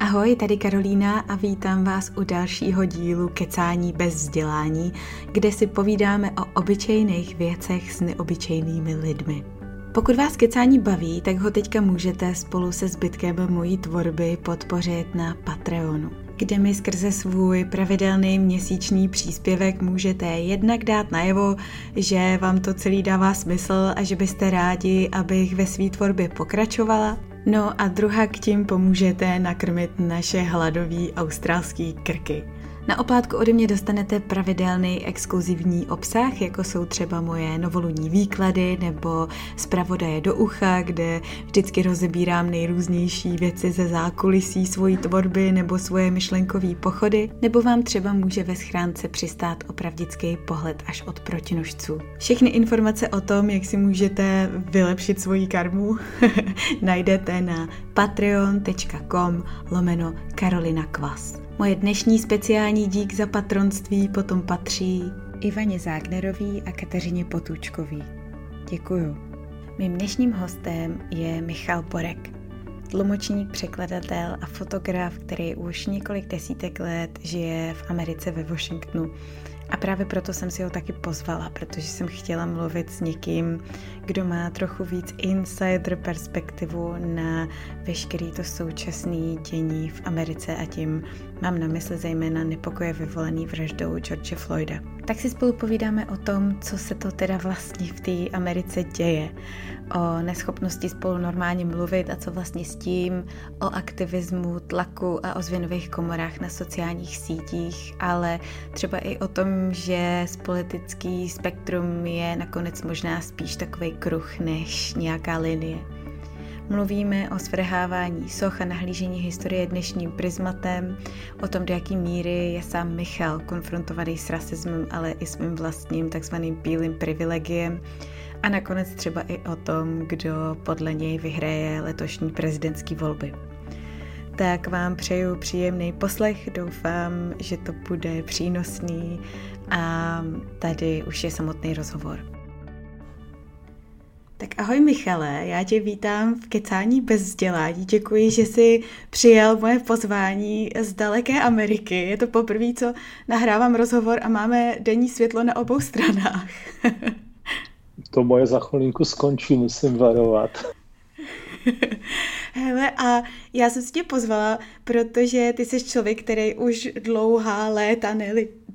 Ahoj, tady Karolína a vítám vás u dalšího dílu Kecání bez vzdělání, kde si povídáme o obyčejných věcech s neobyčejnými lidmi. Pokud vás kecání baví, tak ho teďka můžete spolu se zbytkem mojí tvorby podpořit na Patreonu, kde mi skrze svůj pravidelný měsíční příspěvek můžete jednak dát najevo, že vám to celý dává smysl a že byste rádi, abych ve své tvorbě pokračovala. No a druhá k tím pomůžete nakrmit naše hladový australský krky. Na oplátku ode mě dostanete pravidelný exkluzivní obsah, jako jsou třeba moje novoluní výklady nebo zpravodaje do ucha, kde vždycky rozebírám nejrůznější věci ze zákulisí svojí tvorby nebo svoje myšlenkové pochody, nebo vám třeba může ve schránce přistát opravdický pohled až od protinožců. Všechny informace o tom, jak si můžete vylepšit svoji karmu, najdete na patreon.com/Karolina Kvas. Moje dnešní speciální dík za patronství potom patří Ivaně Zágnerový a Kateřině Potůčkový. Děkuju. Mým dnešním hostem je Michal Borek, tlumočník, překladatel a fotograf, který už několik desítek let žije v Americe ve Washingtonu. A právě proto jsem si ho taky pozvala, protože jsem chtěla mluvit s někým, kdo má trochu víc insider perspektivu na veškerý to současný dění v Americe a tím mám na mysli zejména nepokoje vyvolaný vraždou George Floyda. Tak si spolu povídáme o tom, co se to teda vlastně v té Americe děje, o neschopnosti spolu normálně mluvit a co vlastně s tím, o aktivismu, tlaku a ozvěnových komorách na sociálních sítích, ale třeba i o tom, že politický spektrum je nakonec možná spíš takovej kruh než nějaká linie. Mluvíme o svrhávání soch a nahlížení historie dnešním prismatem, o tom, do jaký míry je sám Michal konfrontovaný s rasismem, ale i svým vlastním takzvaným bílým privilegiem a nakonec třeba i o tom, kdo podle něj vyhraje letošní prezidentské volby. Tak vám přeju příjemný poslech, doufám, že to bude přínosný a tady už je samotný rozhovor. Tak ahoj Michale, já tě vítám v Kecání bez vzdělání. Děkuji, že jsi přijal moje pozvání z daleké Ameriky. Je to poprvé, co nahrávám rozhovor a máme denní světlo na obou stranách. To moje za chvilinku skončí, musím varovat. Hele, a já jsem si tě pozvala, protože ty jsi člověk, který už dlouhá léta, ne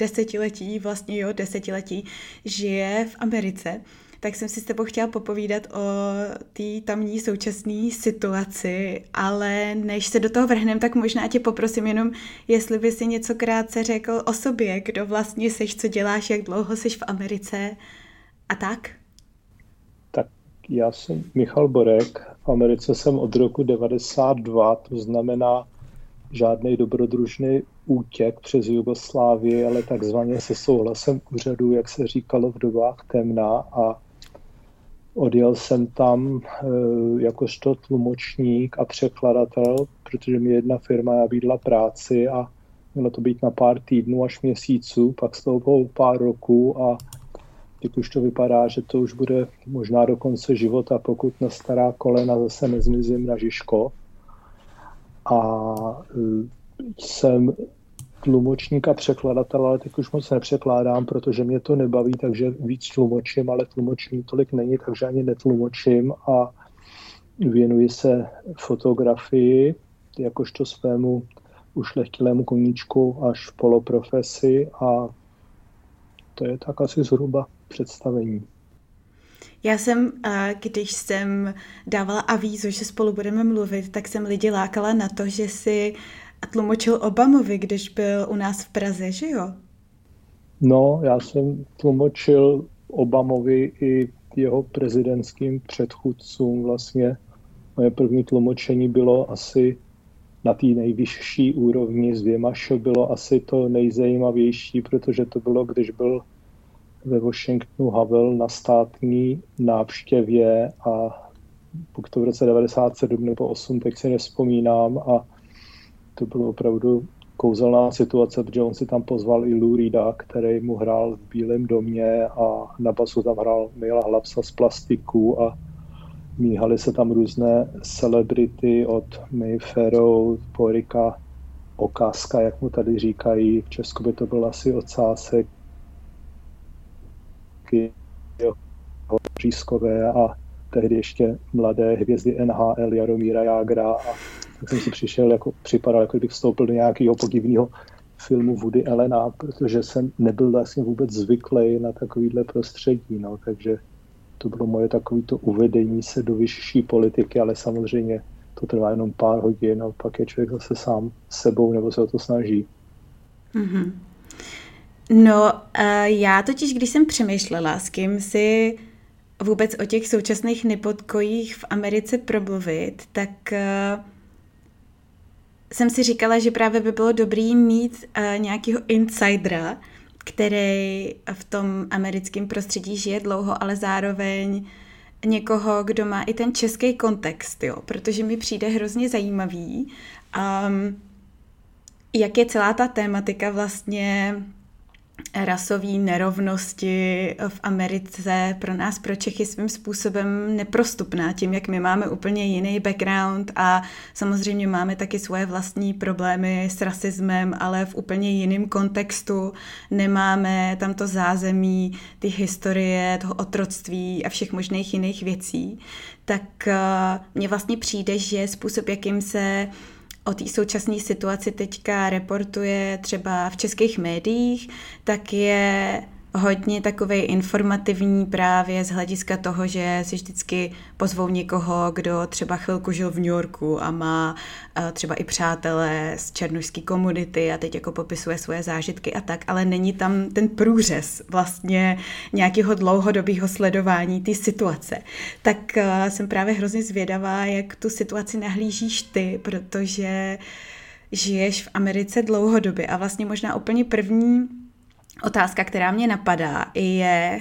desetiletí, žije v Americe. Tak jsem si s tebou chtěla popovídat o té tamní současné situaci, ale než se do toho vrhneme, tak možná tě poprosím jenom, jestli by si něco krátce řekl o sobě, kdo vlastně seš, co děláš, jak dlouho seš v Americe a tak. Tak já jsem Michal Borek, v Americe jsem od roku 92, to znamená žádný dobrodružný útěk přes Jugoslávii, ale takzvaně se souhlasem úřadu, jak se říkalo v dobách temna, a odjel jsem tam jakožto tlumočník a překladatel, protože mi jedna firma nabídla práci a mělo to být na pár týdnů až měsíců, pak z toho bylo pár roků a teď už to vypadá, že to už bude možná do konce života, pokud na stará kolena zase nezmizím na Žižkov. A jsem tlumočník a překladatel, ale teď už moc nepřekládám, protože mě to nebaví, takže víc tlumočím, ale tlumočení tolik není, takže ani netlumočím a věnuji se fotografii, jakožto svému ušlechtilému koníčku až poloprofesi a to je tak asi zhruba představení. Já jsem, když jsem dávala avízo, že spolu budeme mluvit, tak jsem lidi lákala na to, že si tlumočil Obamovi, když byl u nás v Praze, že jo? No, já jsem tlumočil Obamovi i jeho prezidentským předchůdcům vlastně. Moje první tlumočení bylo asi na té nejvyšší úrovni z Věmaše, bylo asi to nejzajímavější, protože to bylo, když byl ve Washingtonu Havel na státní návštěvě a pokud to v roce 97 nebo 8, tak si nevzpomínám a to bylo opravdu kouzelná situace, protože on si tam pozval i Lou Reeda, který mu hrál v Bílém domě a na basu tam hrál Neila Hlavsa z Plastiku a míhaly se tam různé celebrity od May Farrow po Erika okázka, jak mu tady říkají. V Česku by to byl asi ocásek, Řískové a tehdy ještě mladé hvězdy NHL Jaromíra Jágra, a tak jsem si připadal, jako bych vstoupil do nějakého podivného filmu Woody Allena, protože jsem nebyl vlastně vůbec zvyklý na takovýhle prostředí, no, takže to bylo moje takovýto uvedení se do vyšší politiky, ale samozřejmě to trvá jenom pár hodin a pak je člověk zase sám s sebou nebo se o to snaží. Mm-hmm. No, já totiž, když jsem přemýšlela, s kým si vůbec o těch současných nepokojích v Americe promluvit, tak jsem si říkala, že právě by bylo dobrý mít nějakého insidera, který v tom americkém prostředí žije dlouho, ale zároveň někoho, kdo má i ten český kontext, jo, protože mi přijde hrozně zajímavý, jak je celá ta tématika vlastně rasové nerovnosti v Americe pro nás, pro Čechy, svým způsobem neprostupná, tím, jak my máme úplně jiný background a samozřejmě máme taky svoje vlastní problémy s rasismem, ale v úplně jiném kontextu, nemáme tam to zázemí, ty historie, toho otroctví a všech možných jiných věcí, tak mně vlastně přijde, že způsob, jakým se o té současné situaci teďka reportuje třeba v českých médiích, tak je hodně takovej informativní právě z hlediska toho, že si vždycky pozvou někoho, kdo třeba chvilku žil v New Yorku a má třeba i přátelé z černošské komunity a teď jako popisuje svoje zážitky a tak, ale není tam ten průřez vlastně nějakého dlouhodobého sledování té situace. Tak jsem právě hrozně zvědavá, jak tu situaci nahlížíš ty, protože žiješ v Americe dlouhodobě a vlastně možná úplně první otázka, která mě napadá, je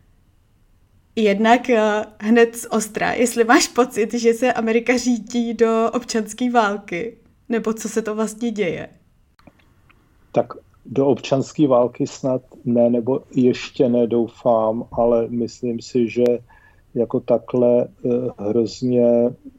jednak hned z ostra, jestli máš pocit, že se Amerika řítí do občanské války, nebo co se to vlastně děje? Tak do občanské války snad ne, nebo ještě nedoufám, ale myslím si, že jako takhle hrozně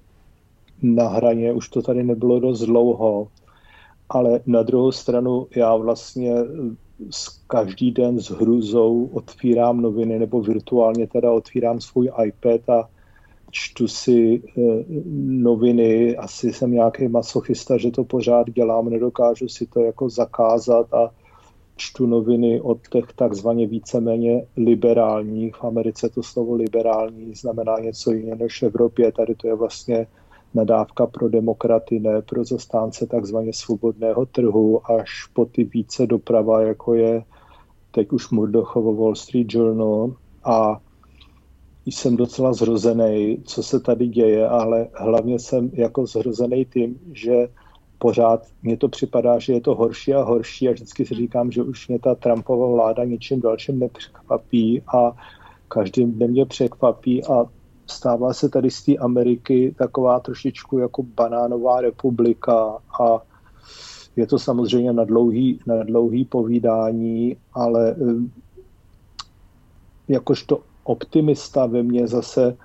na hraně už to tady nebylo dost dlouho, ale na druhou stranu já vlastně každý den s hrůzou otvírám noviny, nebo virtuálně teda otvírám svůj iPad a čtu si noviny. Asi jsem nějaký masochista, že to pořád dělám, nedokážu si to jako zakázat a čtu noviny od těch takzvaně víceméně liberálních. V Americe to slovo liberální znamená něco jiného než v Evropě. Tady to je vlastně nadávka pro demokraty, ne pro zastánce takzvaně svobodného trhu, až po ty více doprava, jako je teď už Murdochovo Wall Street Journal. A jsem docela zhrozený, co se tady děje, ale hlavně jsem jako zhrozený tím, že pořád mně to připadá, že je to horší a horší a vždycky si říkám, že už mě ta Trumpova vláda ničím dalším nepřekvapí a každým dnem mě překvapí a stává se tady z té Ameriky taková trošičku jako banánová republika a je to samozřejmě na dlouhý povídání, ale jakožto optimista ve mně zase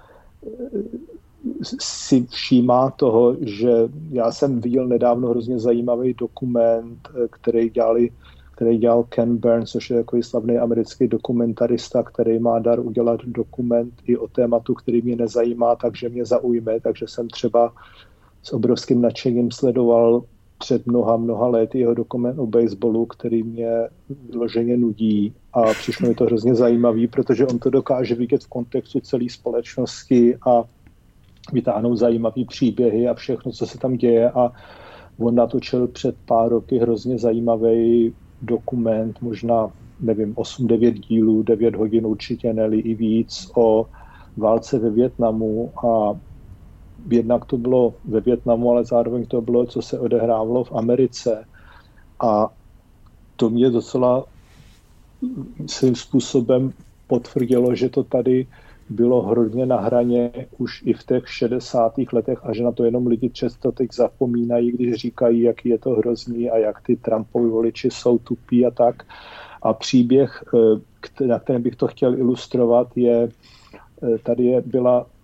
si všímá toho, že já jsem viděl nedávno hrozně zajímavý dokument, který dělal Ken Burns, což je takový slavný americký dokumentarista, který má dar udělat dokument i o tématu, který mě nezajímá, takže mě zaujme. Takže jsem třeba s obrovským nadšením sledoval před mnoha lety jeho dokument o baseballu, který mě vyloženě nudí a přišlo mi to hrozně zajímavý, protože on to dokáže vidět v kontextu celé společnosti a vytáhnout zajímavý příběhy a všechno, co se tam děje a on natočil před pár roky hrozně zajímavý dokument, možná, nevím, 8-9 dílů, 9 hodin určitě, ne i víc, o válce ve Vietnamu a jednak to bylo ve Vietnamu, ale zároveň to bylo, co se odehrávalo v Americe a to mě docela svým způsobem potvrdilo, že to tady bylo hodně na hraně už i v těch 60. letech a že na to jenom lidi často teď zapomínají, když říkají, jaký je to hrozný a jak ty Trumpovi voliči jsou tupí a tak. A příběh, na kterém bych to chtěl ilustrovat, byla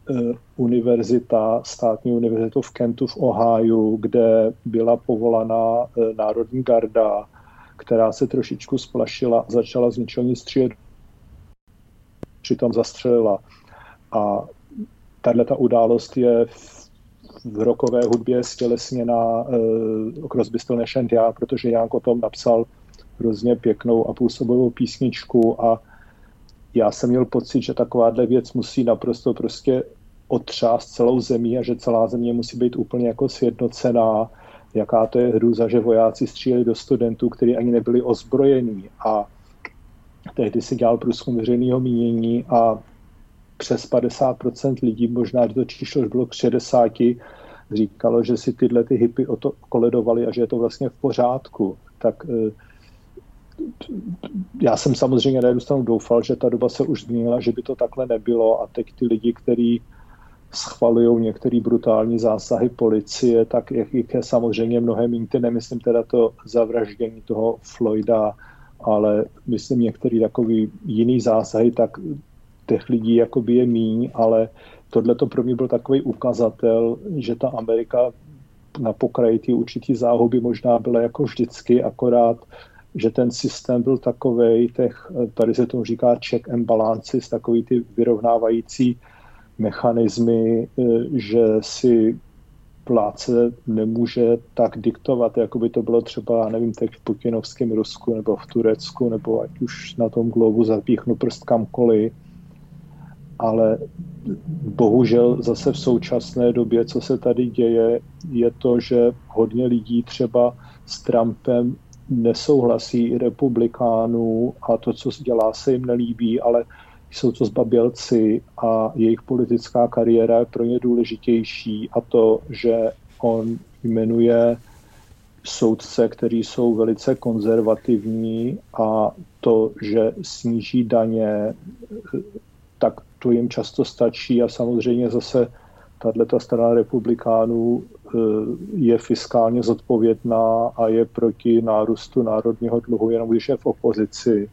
státní univerzitu v Kentu v Ohiu, kde byla povolaná národní garda, která se trošičku splašila a začala z ničeho nic střílet, přitom zastřelila. A tato událost je v rockové hudbě stělesněna Crosby, Stills Nash & Young, protože Young o tom napsal hrozně pěknou a působivou písničku a já jsem měl pocit, že takováhle věc musí naprosto prostě otřást celou zemí a že celá země musí být úplně jako sjednocená, jaká to je hrůza, že vojáci stříleli do studentů, kteří ani nebyli ozbrojení. A tehdy si dělal průzkum veřejného mínění a přes 50% lidí, možná to číslo už bylo k 60, říkalo, že si tyhle ty hippy o to koledovali a že je to vlastně v pořádku. Tak já jsem samozřejmě na jednu stranu doufal, že ta doba se už změnila, že by to takhle nebylo a teď ty lidi, kteří schvalují některé brutální zásahy policie, tak jak je samozřejmě mnohem méně, nemyslím teda to zavraždění toho Floyda, ale myslím některý takový jiný zásahy, tak těch lidí jakoby je míň, ale tohle to pro mě byl takový ukazatel, že ta Amerika na pokraji té určitý záhuby možná byla jako vždycky, akorát že ten systém byl takovej, tady se tomu říká check and balances, takový ty vyrovnávající mechanismy, že si vládce nemůže tak diktovat, jako by to bylo třeba, já nevím, teď v putinovském Rusku nebo v Turecku, nebo ať už na tom globu zapíchnu prst kamkoliv. Ale bohužel zase v současné době, co se tady děje, je to, že hodně lidí třeba s Trumpem nesouhlasí i republikánů a to, co dělá, se jim nelíbí, ale jsou to zbabělci a jejich politická kariéra je pro ně důležitější a to, že on jmenuje soudce, kteří jsou velice konzervativní a to, že sníží daně, tak to jim často stačí a samozřejmě zase tato strana republikánů je fiskálně zodpovědná a je proti nárůstu národního dluhu, jenom když je v opozici.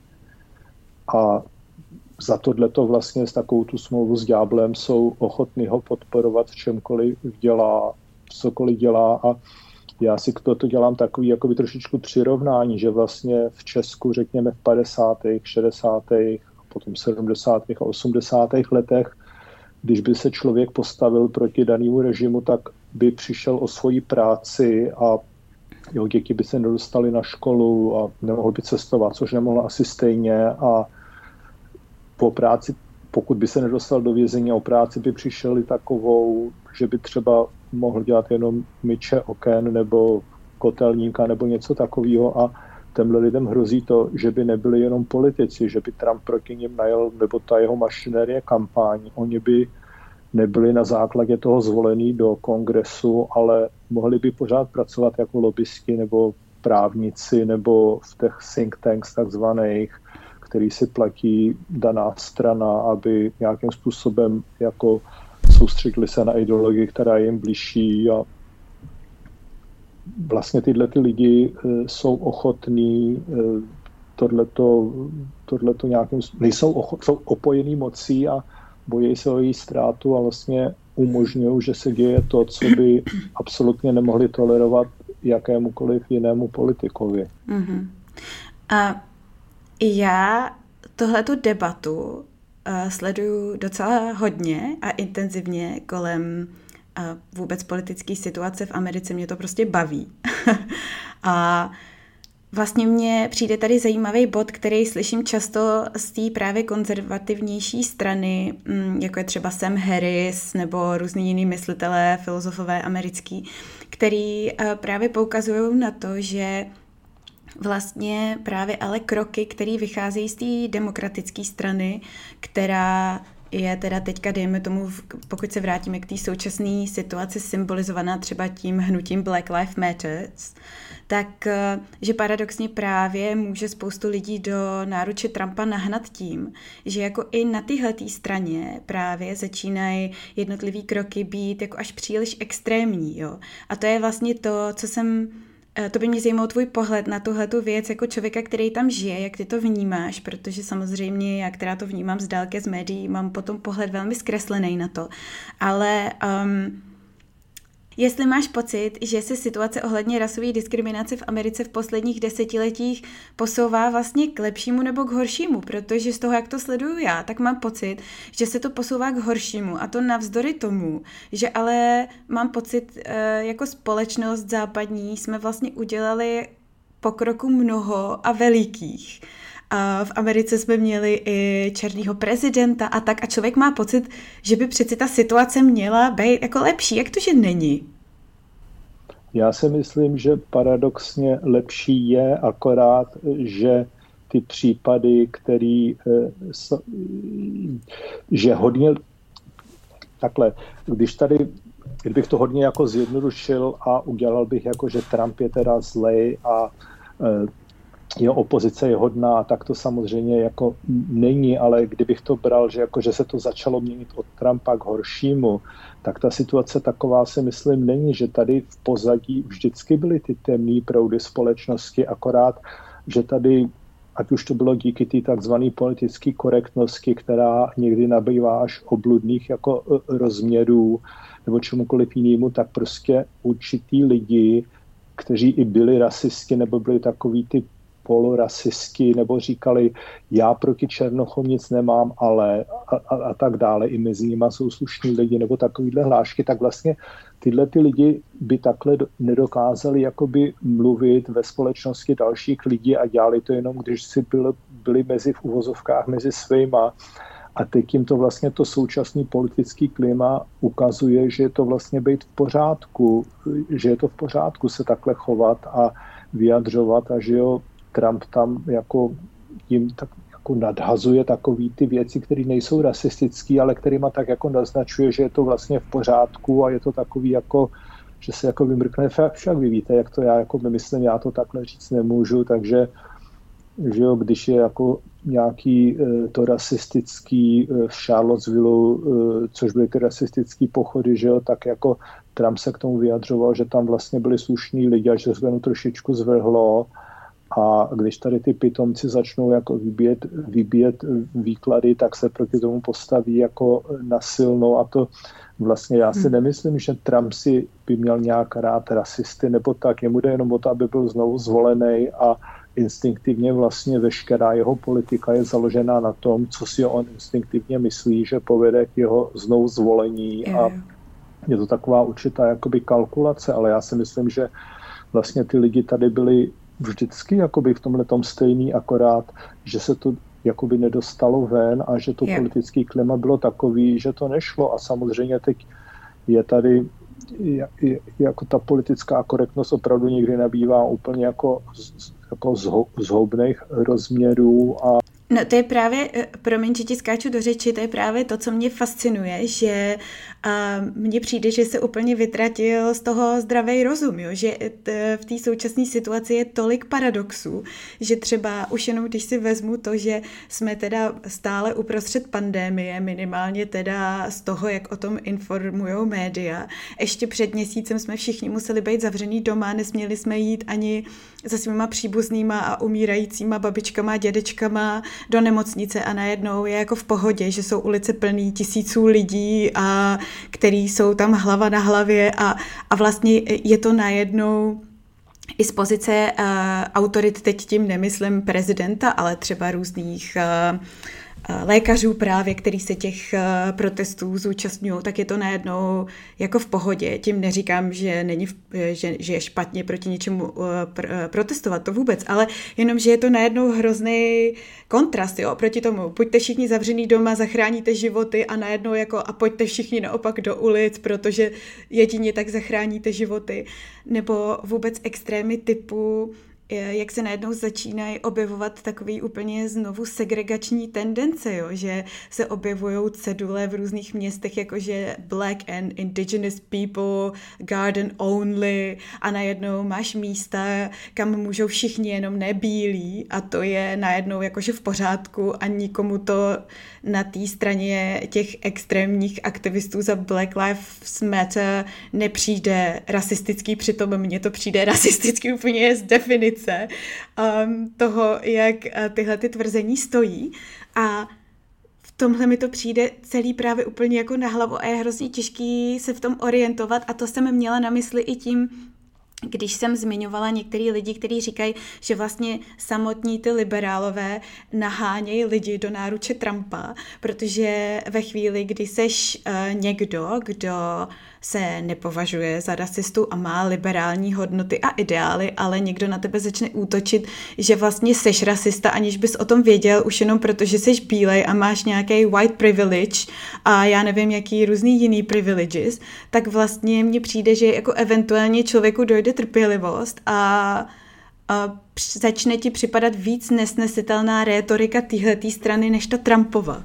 A za tohleto vlastně s takovou tu smlouvu s ďáblem jsou ochotní ho podporovat v čemkoliv dělá, cokoliv dělá a já si k toto dělám takový jakoby trošičku přirovnání, že vlastně v Česku, řekněme v 50., 60., potom 70. a 80. letech, když by se člověk postavil proti danému režimu, tak by přišel o svoji práci a jeho děti by se nedostaly na školu a nemohl by cestovat, což nemohl asi stejně a po práci, pokud by se nedostal do vězení, o práci by přišel i takovou, že by třeba mohl dělat jenom myče oken nebo kotelníka nebo něco takového a těmhle lidem hrozí to, že by nebyli jenom politici, že by Trump proti nim najel, nebo ta jeho mašinérie kampaň. Oni by nebyli na základě toho zvolení do kongresu, ale mohli by pořád pracovat jako lobbysti nebo právníci nebo v těch think tanks takzvaných, který si platí daná strana, aby nějakým způsobem jako soustředili se na ideologii, která je jim blížší a vlastně tyhle ty lidi jsou ochotní tohleto nějakým jsou opojený mocí a bojí se o její ztrátu a vlastně umožňují, že se děje to, co by absolutně nemohli tolerovat jakémukoliv jinému politikovi. Mm-hmm. A já tohletu debatu sleduju docela hodně a intenzivně kolem vůbec politické situace v Americe. Mě to prostě baví. A vlastně mně přijde tady zajímavý bod, který slyším často z té právě konzervativnější strany, jako je třeba Sam Harris nebo různý jiný myslitelé, filozofové americký, který právě poukazují na to, že vlastně právě ale kroky, které vycházejí z té demokratické strany, která je teda teďka, dejme tomu, pokud se vrátíme k té současné situaci symbolizovaná třeba tím hnutím Black Lives Matter, tak že paradoxně právě může spoustu lidí do náruče Trumpa nahnat tím, že jako i na téhletý straně právě začínají jednotlivý kroky být jako až příliš extrémní. Jo? A to je vlastně to, co jsem To by mě zajímal tvůj pohled na tuhletu věc jako člověka, který tam žije, jak ty to vnímáš, protože samozřejmě já, která to vnímám z dálky z médií, mám potom pohled velmi zkreslený na to. Ale jestli máš pocit, že se situace ohledně rasové diskriminace v Americe v posledních desetiletích posouvá vlastně k lepšímu nebo k horšímu, protože z toho, jak to sleduju já, tak mám pocit, že se to posouvá k horšímu a to navzdory tomu, že ale mám pocit, jako společnost západní jsme vlastně udělali pokroku mnoho a velikých. A v Americe jsme měli i černýho prezidenta a tak a člověk má pocit, že by přeci ta situace měla být jako lepší. Jak to, že není? Já si myslím, že paradoxně lepší je, akorát, že ty případy, že hodně takhle, kdybych to hodně jako zjednodušil a udělal bych jako, že Trump je teda zlej a jeho opozice je hodná, tak to samozřejmě jako není, ale kdybych to bral, že se to začalo měnit od Trumpa k horšímu, tak ta situace taková si myslím není, že tady v pozadí vždycky byly ty temné proudy společnosti, akorát, že tady, ať už to bylo díky té takzvané politické korektnosti, která někdy nabývá až obludných jako rozměrů nebo čemukoliv jinému, tak prostě určitý lidi, kteří i byli rasisti nebo byli takový ty polorasisti, nebo říkali, já proti černochům nic nemám, ale a tak dále. I mezi nimi jsou slušní lidi, nebo takovýhle hlášky, tak vlastně tyhle ty lidi by takhle nedokázali jakoby mluvit ve společnosti dalších lidí a dělali to jenom, když si byli v uvozovkách mezi svýma. A teď jim to vlastně to současný politický klima ukazuje, že je to vlastně být v pořádku, že je to v pořádku se takhle chovat a vyjadřovat a že jo, Trump tam jako jim tak jako nadhazuje takový ty věci, které nejsou rasistické, ale kterýma tak jako naznačuje, že je to vlastně v pořádku a je to takový jako, že se jako vymrkne. Však vy víte, jak to já jako myslím, já to takhle říct nemůžu, takže že jo, když je jako nějaký to rasistický v Charlottesville, což byly ty rasistický pochody, že jo, tak jako Trump se k tomu vyjadřoval, že tam vlastně byli slušní lidi a že se to trošičku zvrhlo. A když tady ty pitomci začnou jako vybíjet výklady, tak se proti tomu postaví jako nasilno a to vlastně já si nemyslím, že Trump si by měl nějak rád rasisty nebo tak, jemu jde jenom o to, aby byl znovu zvolený a instinktivně vlastně veškerá jeho politika je založená na tom, co si on instinktivně myslí, že povede k jeho znovu zvolení a je to taková určitá jakoby kalkulace, ale já si myslím, že vlastně ty lidi tady byli vždycky jakoby v tomhletom stejný, akorát, že se to jakoby nedostalo ven a že to politický klima bylo takový, že to nešlo a samozřejmě teď je tady jako ta politická korektnost opravdu někdy nabývá úplně jako zhoubných rozměrů a No to je právě, promiň, že ti skáču do řeči, to je právě to, co mě fascinuje, že mně přijde, že se úplně vytratil z toho zdravý rozum, jo? Že v té současné situaci je tolik paradoxů, že třeba už jenom když si vezmu to, že jsme teda stále uprostřed pandemie, minimálně teda z toho, jak o tom informujou média. Ještě před měsícem jsme všichni museli být zavřený doma, nesměli jsme jít ani za svýma příbuznýma a umírajícíma babičkama a dědečkama do nemocnice a najednou je jako v pohodě, že jsou ulice plný tisíců lidí a který jsou tam hlava na hlavě a vlastně je to najednou i z pozice autorit, teď tím nemyslím prezidenta, ale třeba různých lékařů právě, který se těch protestů zúčastňují, tak je to najednou jako v pohodě. Tím neříkám, že že je špatně proti něčemu protestovat, to vůbec, ale jenom, že je to najednou hrozný kontrast, jo, proti tomu. Pojďte všichni zavřený doma, zachráníte životy a najednou jako a pojďte všichni naopak do ulic, protože jedině tak zachráníte životy. Nebo vůbec extrémy typu jak se najednou začínají objevovat takový úplně znovu segregační tendence, jo? Že se objevují cedule v různých městech, jakože Black and Indigenous People, Garden Only, a najednou máš místa, kam můžou všichni, jenom nebílí, a to je najednou jakože v pořádku a nikomu to na té straně těch extrémních aktivistů za Black Lives Matter nepřijde rasistický, přitom mně to přijde rasistický úplně z definice toho, jak tyhle ty tvrzení stojí, a v tomhle mi to přijde celý právě úplně jako na hlavu a je hrozně těžký se v tom orientovat, a to jsem měla na mysli i tím, když jsem zmiňovala některý lidi, kteří říkají, že vlastně samotní ty liberálové nahánějí lidi do náruče Trumpa, protože ve chvíli, kdy seš někdo, kdo se nepovažuje za rasistu a má liberální hodnoty a ideály, ale někdo na tebe začne útočit, že vlastně seš rasista, aniž bys o tom věděl, už jenom proto, že seš bílej a máš nějaký white privilege a já nevím, jaký různý jiný privileges, tak vlastně mně přijde, že jako eventuálně člověku dojde trpělivost a začne ti připadat víc nesnesitelná rétorika téhletý strany než ta Trumpova.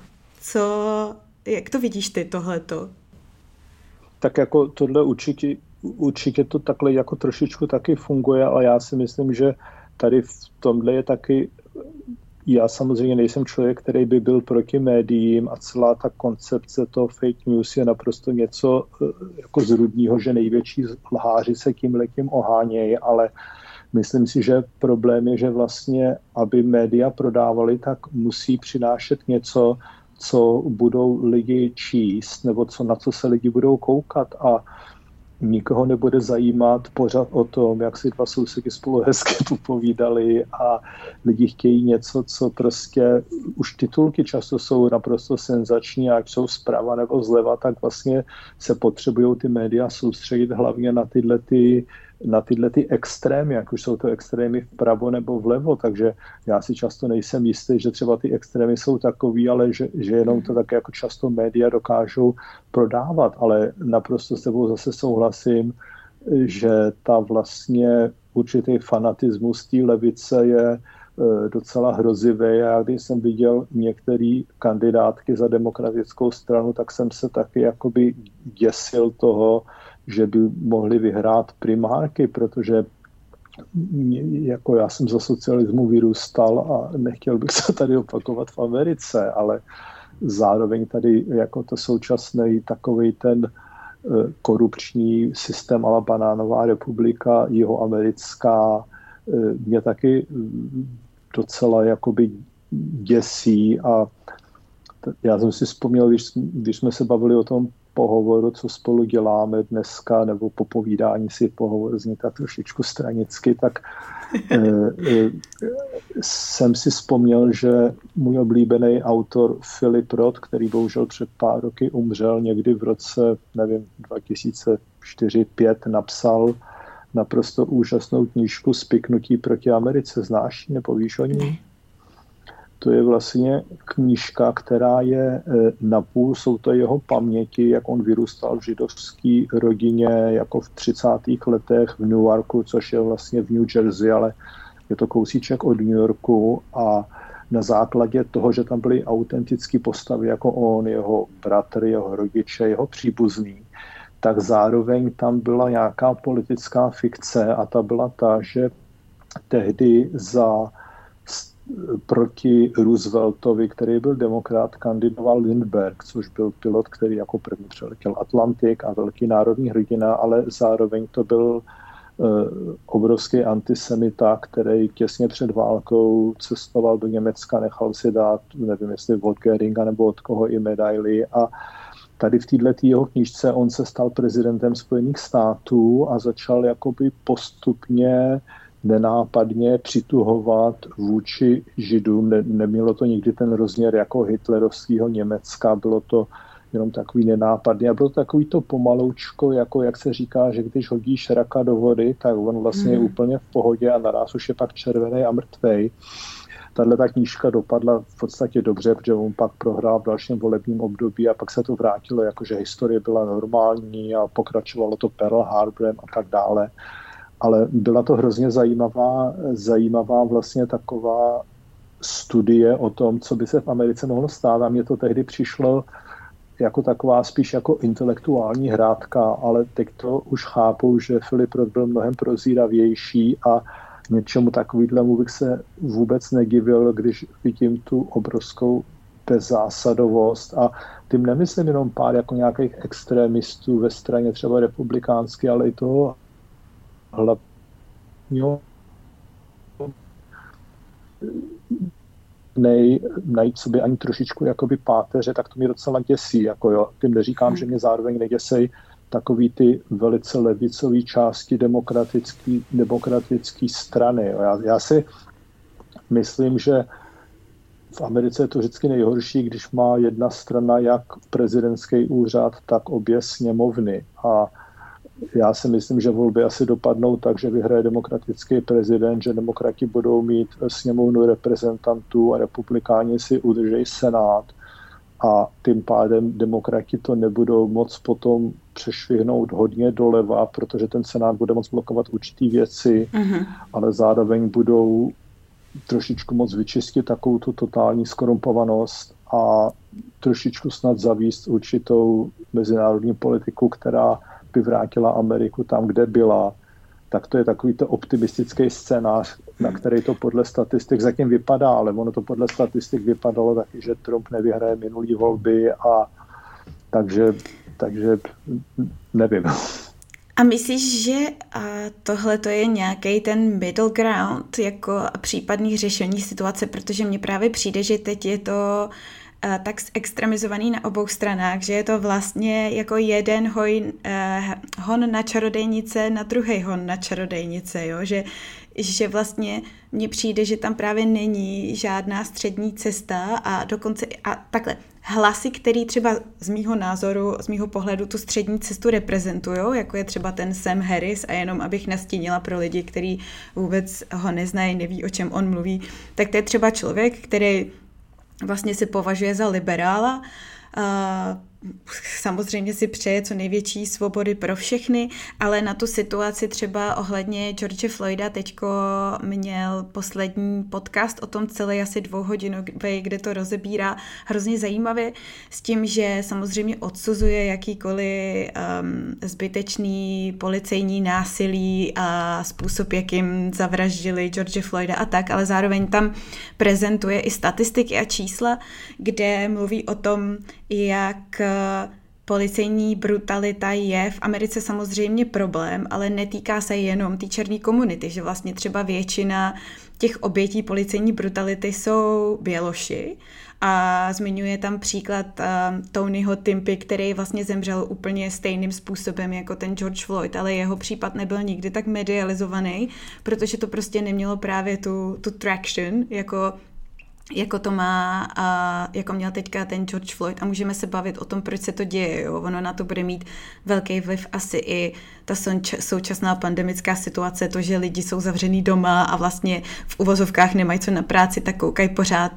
Jak to vidíš ty tohleto? Tak jako tohle určitě to takhle jako trošičku taky funguje, ale já si myslím, že tady v tomhle je taky, já samozřejmě nejsem člověk, který by byl proti médiím, a celá ta koncepce toho fake news je naprosto něco jako zrůdného, že největší lháři se tímhletím ohánějí, ale myslím si, že problém je, že vlastně, aby média prodávaly, tak musí přinášet něco, co budou lidi číst, nebo na co se lidi budou koukat, a nikoho nebude zajímat pořád o tom, jak si dva sousedi spolu hezky popovídali, a lidi chtějí něco, co prostě už titulky často jsou naprosto senzační, ať jsou zprava nebo zleva, tak vlastně se potřebují ty média soustředit hlavně na tyhle ty extrémy, jak už jsou to extrémy vpravo nebo vlevo, takže já si často nejsem jistý, že třeba ty extrémy jsou takový, ale že jenom to tak jako často média dokážou prodávat, ale naprosto s tebou zase souhlasím, že ta vlastně určitý fanatismus té levice je docela hrozivý. Já když jsem viděl některé kandidátky za demokratickou stranu, tak jsem se taky jakoby děsil toho, že by mohli vyhrát primárky, protože jako já jsem za socialismu vyrůstal a nechtěl bych se tady opakovat v Americe, ale zároveň tady jako to současný takovej ten korupční systém a la banánová republika jihoamerická mě taky docela jakoby děsí, a já jsem si vzpomněl, když jsme se bavili o tom pohovoru, co spolu děláme dneska, nebo popovídání si, pohovor zní tak trošičku stranicky, tak jsem si vzpomněl, že můj oblíbený autor Philip Roth, který bohužel před pár roky umřel, někdy v roce, nevím, 2004-2005, napsal naprosto úžasnou knížku Spiknutí proti Americe. Znáš ji, nebo víš o ní? To je vlastně knížka, která je napůl, jsou to jeho paměti, jak on vyrůstal v židovské rodině jako v 30. letech v Newarku, což je vlastně v New Jersey, ale je to kousíček od New Yorku, a na základě toho, že tam byly autentické postavy jako on, jeho bratr, jeho rodiče, jeho příbuzný, tak zároveň tam byla nějaká politická fikce, a ta byla ta, že tehdy proti Rooseveltovi, který byl demokrat, kandidoval Lindbergh, což byl pilot, který jako první přeletěl Atlantik a velký národní hrdina, ale zároveň to byl obrovský antisemita, který těsně před válkou cestoval do Německa, nechal si dát, nevím jestli od Göringa nebo od koho, i medaili, a tady v této jeho knížce on se stal prezidentem Spojených států a začal jakoby postupně nenápadně přituhovat vůči Židům. Nemělo to nikdy ten rozměr jako hitlerovského Německa, bylo to jenom takový nenápadný a bylo to takový to pomaloučko, jako jak se říká, že když hodíš raka do vody, tak on vlastně je úplně v pohodě a naraz už je pak červený a mrtvej. Tato knížka dopadla v podstatě dobře, protože on pak prohrál v dalším volebním období a pak se to vrátilo, jakože historie byla normální a pokračovalo to Pearl Harborem a tak dále. Ale byla to hrozně zajímavá vlastně taková studie o tom, co by se v Americe mohlo stát. A mně to tehdy přišlo jako taková spíš jako intelektuální hrádka, ale teď to už chápu, že Philip Roth byl mnohem prozíravější a něčemu takovýhlemu bych se vůbec nedivil, když vidím tu obrovskou bezzásadovost. A tím nemyslím jenom pár jako nějakých extremistů ve straně třeba republikánské, ale i toho hlavního najít sobě ani trošičku jakoby páteře, tak to mě docela děsí. Jako jo. Tím neříkám, že mě zároveň neděsej takový ty velice levicové části demokratické strany. Jo. Já si myslím, že v Americe je to vždycky nejhorší, když má jedna strana jak prezidentský úřad, tak obě sněmovny. A já si myslím, že volby asi dopadnou tak, že vyhraje demokratický prezident, že demokrati budou mít sněmovnu reprezentantů a republikáni si udržejí senát a tím pádem demokrati to nebudou moc potom přešvihnout hodně doleva, protože ten senát bude moc blokovat určitý věci, ale zároveň budou trošičku moc vyčistit takovou tu totální skorumpovanost a trošičku snad zavíst určitou mezinárodní politiku, která by vrátila Ameriku tam, kde byla. Tak to je takový to optimistický scénář, na který to podle statistik zatím vypadá, ale ono to podle statistik vypadalo taky, že Trump nevyhraje minulý volby a takže nevím. A myslíš, že tohle to je nějaký ten middle ground jako případný řešení situace, protože mně právě přijde, že teď je to tak extremizovaný na obou stranách, že je to vlastně jako jeden hon na čarodejnice na druhý hon na čarodejnice, jo? Že vlastně mně přijde, že tam právě není žádná střední cesta a dokonce a takhle hlasy, který třeba z mýho názoru, z mýho pohledu tu střední cestu reprezentujou, jako je třeba ten Sam Harris a jenom abych nastínila pro lidi, kteří vůbec ho neznají, neví, o čem on mluví, tak to je třeba člověk, který vlastně se považuje za liberála, samozřejmě si přeje co největší svobody pro všechny, ale na tu situaci třeba ohledně George Floyda teďko měl poslední podcast o tom celý asi 2hodinový, kde to rozebírá hrozně zajímavě s tím, že samozřejmě odsuzuje jakýkoliv zbytečný policejní násilí a způsob, jakým zavraždili George Floyda a tak, ale zároveň tam prezentuje i statistiky a čísla, kde mluví o tom, jak policejní brutalita je v Americe samozřejmě problém, ale netýká se jenom té černé komunity, že vlastně třeba většina těch obětí policejní brutality jsou běloši a zmiňuje tam příklad Tonyho Timpy, který vlastně zemřel úplně stejným způsobem jako ten George Floyd, ale jeho případ nebyl nikdy tak medializovaný, protože to prostě nemělo právě tu traction, jako to má, jako měl teďka ten George Floyd a můžeme se bavit o tom, proč se to děje. Jo? Ono na to bude mít velký vliv asi i ta současná pandemická situace, to, že lidi jsou zavřený doma a vlastně v uvozovkách nemají co na práci, tak koukají pořád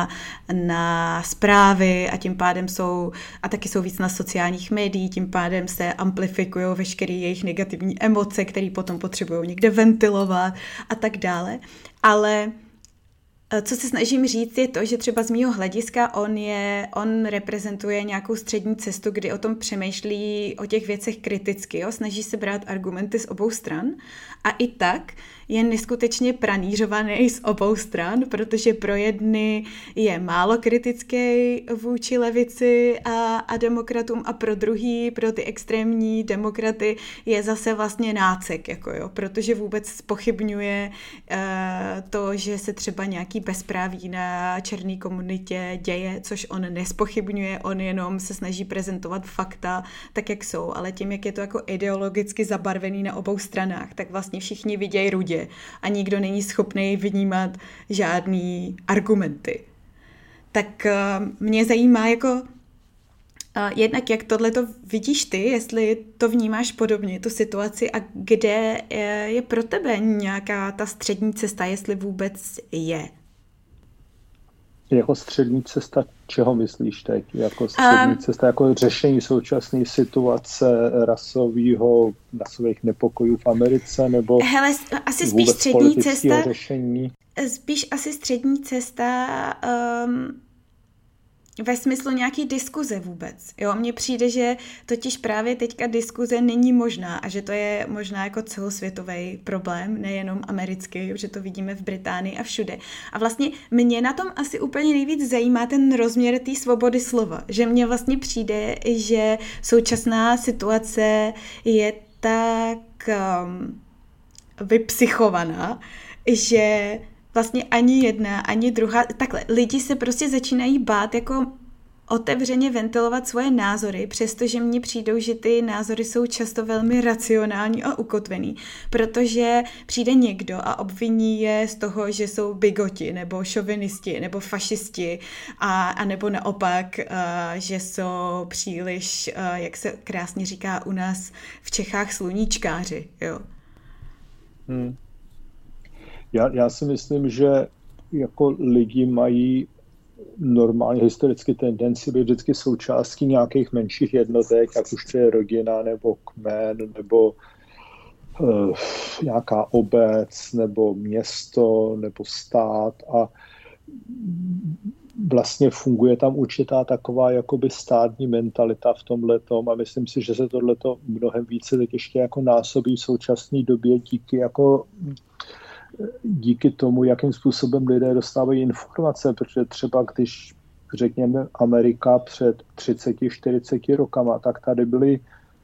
na zprávy a tím pádem taky jsou víc na sociálních médiích, tím pádem se amplifikují veškeré jejich negativní emoce, které potom potřebují někde ventilovat a tak dále. Ale co se snažím říct je to, že třeba z mýho hlediska on reprezentuje nějakou střední cestu, kdy o tom přemýšlí o těch věcech kriticky, jo? Snaží se brát argumenty z obou stran a i tak je neskutečně pranířovaný z obou stran, protože pro jedny je málo kritický vůči levici a demokratům a pro druhý, pro ty extrémní demokraty je zase vlastně nácek, jako jo, protože vůbec zpochybňuje to, že se třeba nějaký bezpráví na černé komunitě děje, což on nespochybňuje, on jenom se snaží prezentovat fakta tak, jak jsou, ale tím, jak je to jako ideologicky zabarvený na obou stranách, tak vlastně všichni vidějí rudě a nikdo není schopný vnímat žádný argumenty. Tak mě zajímá jako jednak, jak tohleto vidíš ty, jestli to vnímáš podobně, tu situaci a kde je pro tebe nějaká ta střední cesta, jestli vůbec je. Jako střední cesta, čeho myslíš teď? Jako střední cesta, jako řešení současné situace rasových nepokojů v Americe, nebo hele, asi spíš střední cesta, řešení? Spíš asi střední cesta ve smyslu nějaký diskuze vůbec. Jo, mně přijde, že totiž právě teďka diskuze není možná a že to je možná jako celosvětový problém, nejenom americký, že to vidíme v Británii a všude. A vlastně mě na tom asi úplně nejvíc zajímá ten rozměr té svobody slova. Že mně vlastně přijde, že současná situace je tak vypsychovaná, že vlastně ani jedna, ani druhá, takhle, lidi se prostě začínají bát jako otevřeně ventilovat svoje názory, přestože mně přijdou, že ty názory jsou často velmi racionální a ukotvený, protože přijde někdo a obviní je z toho, že jsou bigoti, nebo šovinisti, nebo fašisti, a nebo naopak, že jsou příliš, jak se krásně říká u nás v Čechách, sluníčkáři, jo. Já si myslím, že jako lidi mají normálně historicky tendenci být vždycky součástí nějakých menších jednotek, jak už to je rodina, nebo kmen, nebo nějaká obec, nebo město, nebo stát, a vlastně funguje tam určitá taková jakoby státní mentalita v tomhletom, a myslím si, že se tohleto mnohem více teď ještě jako násobí v současné době díky tomu, jakým způsobem lidé dostávají informace, protože třeba když řekněme Amerika před 30-40 rokama, tak tady byly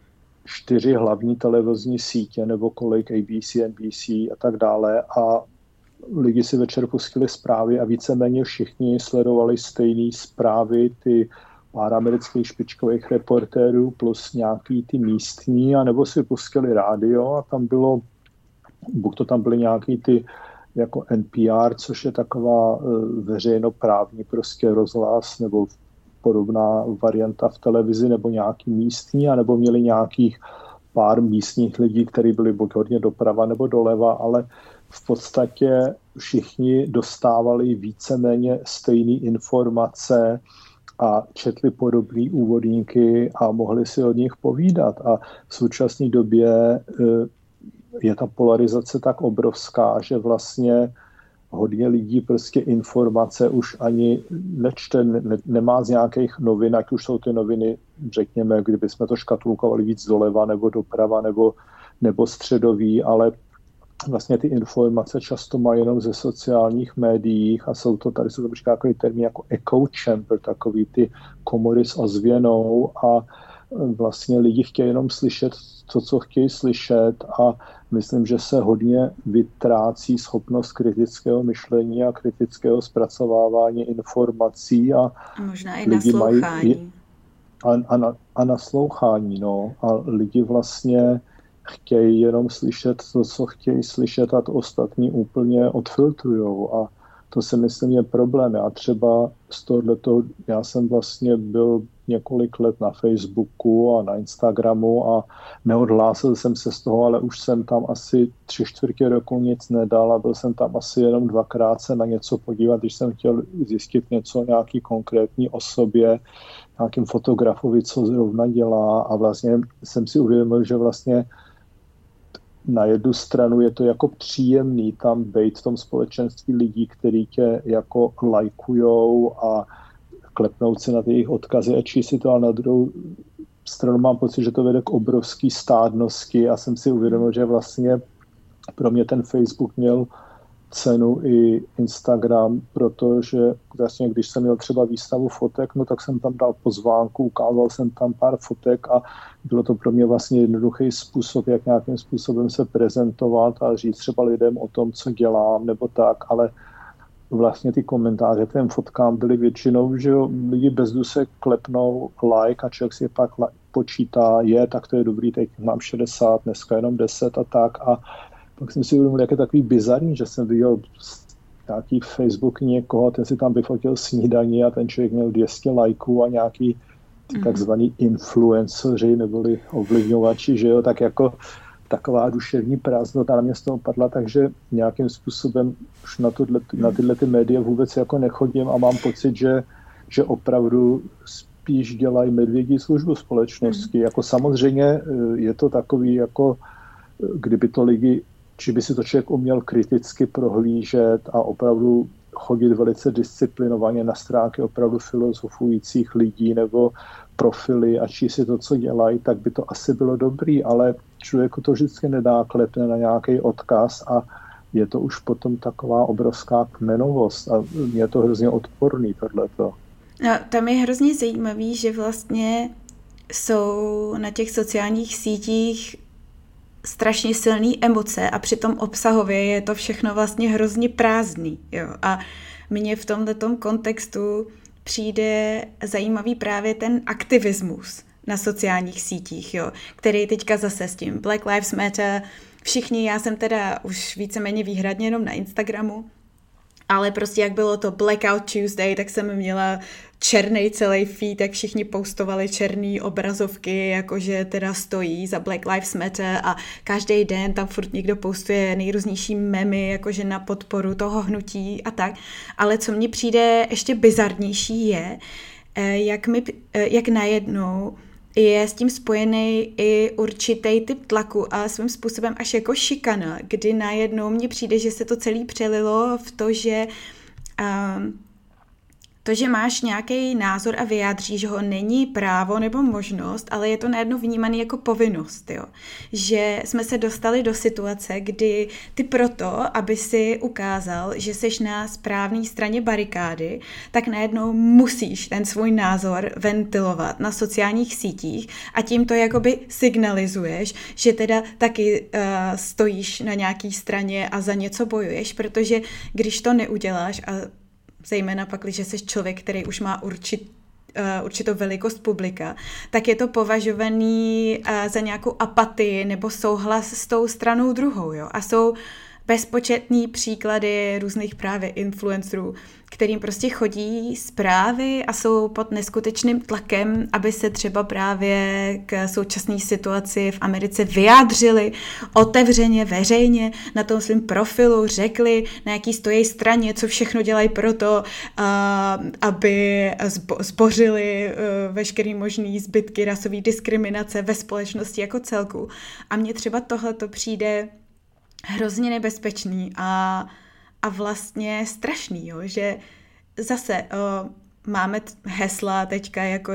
4 hlavní televizní sítě, nebo kolik ABC, NBC a tak dále, a lidi si večer pustili zprávy a víceméně všichni sledovali stejné zprávy, ty pár amerických špičkových reportérů plus nějaký ty místní, anebo si pustili rádio a tam bylo, buď to tam byly nějaký ty jako NPR, což je taková veřejnoprávní prostě rozhlas, nebo podobná varianta v televizi, nebo nějaký místní, anebo měli nějakých pár místních lidí, kteří byli buď hodně doprava nebo doleva, ale v podstatě všichni dostávali víceméně stejné informace a četli podobné úvodníky a mohli si od nich povídat. A v současné době je ta polarizace tak obrovská, že vlastně hodně lidí prostě informace už ani nečte, nemá z nějakých novin, ať už jsou ty noviny, řekněme, kdybychom to škatulkovali víc doleva nebo doprava nebo středový, ale vlastně ty informace často mají jenom ze sociálních médiích a jsou to, tady jsou to takový termín jako echo chamber, takový ty komory s ozvěnou, a vlastně lidi chtějí jenom slyšet to, co chtějí slyšet, a myslím, že se hodně vytrácí schopnost kritického myšlení a kritického zpracovávání informací a možná i naslouchání. A naslouchání, no. A lidi vlastně chtějí jenom slyšet to, co chtějí slyšet, a to ostatní úplně odfiltrujou, a to si myslím je problém. Já třeba z tohoto, já jsem vlastně byl několik let na Facebooku a na Instagramu a neodhlásil jsem se z toho, ale už jsem tam asi 3/4 roku nic nedal a byl jsem tam asi jenom 2krát se na něco podívat, když jsem chtěl zjistit něco o nějaký konkrétní osobě, nějakým fotografovi, co zrovna dělá, a vlastně jsem si uvědomil, že vlastně na jednu stranu je to jako příjemný tam být v tom společenství lidí, kteří tě jako lajkujou a klepnout si na ty jejich odkazy a číst si to, ale na druhou stranu mám pocit, že to vede k obrovský stádnosti, a jsem si uvědomil, že vlastně pro mě ten Facebook měl cenu i Instagram, protože vlastně když jsem měl třeba výstavu fotek, no tak jsem tam dal pozvánku, ukázal jsem tam pár fotek a bylo to pro mě vlastně jednoduchý způsob, jak nějakým způsobem se prezentovat a říct třeba lidem o tom, co dělám nebo tak, ale vlastně ty komentáře k těm fotkám byly většinou, že jo, lidi bezdu se klepnou like a člověk si pak počítá, tak to je dobrý, teď mám 60, dneska jenom 10 a tak, a pak jsem si uvědomil, jak je takový bizarní, že jsem viděl nějaký Facebook někoho, ten si tam vyfotil snídaní a ten člověk měl 200 lajků a nějaký takzvaný influenceři neboli ovlivňovači, že jo, tak taková duševní prázdnota na mě z toho padla, takže nějakým způsobem už na tyhle ty média vůbec jako nechodím a mám pocit, že opravdu spíš dělají medvědí službu společnosti. Jako samozřejmě je to takový, jako kdyby to lidi, či by si to člověk uměl kriticky prohlížet a opravdu chodit velice disciplinovaně na stránky opravdu filozofujících lidí nebo profily a číst si to, co dělají, tak by to asi bylo dobrý, ale člověku to vždycky nedá, klepne na nějaký odkaz a je to už potom taková obrovská kmenovost a je to hrozně odporný tohleto. No, tam je hrozně zajímavý, že vlastně jsou na těch sociálních sítích strašně silné emoce a přitom obsahově je to všechno vlastně hrozně prázdný. Jo? A mně v tomhletom kontextu přijde zajímavý právě ten aktivismus na sociálních sítích, jo? Který teďka zase s tím Black Lives Matter, všichni, já jsem teda už víceméně výhradně jenom na Instagramu, ale prostě jak bylo to Blackout Tuesday, tak jsem měla černý celý feed, jak všichni postovali černý obrazovky, jakože teda stojí za Black Lives Matter a každý den tam furt někdo postuje nejrůznější memy, jakože na podporu toho hnutí a tak. Ale co mně přijde ještě bizarnější je, jak najednou je s tím spojený i určitý typ tlaku a svým způsobem až jako šikana, kdy najednou mně přijde, že se to celé přelilo v to, že máš nějaký názor a vyjádříš ho, není právo nebo možnost, ale je to najednou vnímaný jako povinnost, jo. Že jsme se dostali do situace, kdy ty proto, aby si ukázal, že seš na správné straně barikády, tak najednou musíš ten svůj názor ventilovat na sociálních sítích a tím to jakoby signalizuješ, že teda taky stojíš na nějaký straně a za něco bojuješ, protože když to neuděláš a zejména pak, když jsi člověk, který už má určitou velikost publika, tak je to považovaný za nějakou apatii nebo souhlas s tou stranou druhou. Jo? A jsou bezpočetný příklady různých právě influencerů, kterým prostě chodí zprávy a jsou pod neskutečným tlakem, aby se třeba právě k současné situaci v Americe vyjádřili otevřeně, veřejně, na tom svém profilu řekli, na jaký stojí straně, co všechno dělají proto, aby zbořili veškerý možný zbytky rasové diskriminace ve společnosti jako celku. A mně třeba tohleto přijde hrozně nebezpečný a vlastně strašný, jo? Že zase máme hesla teďka jako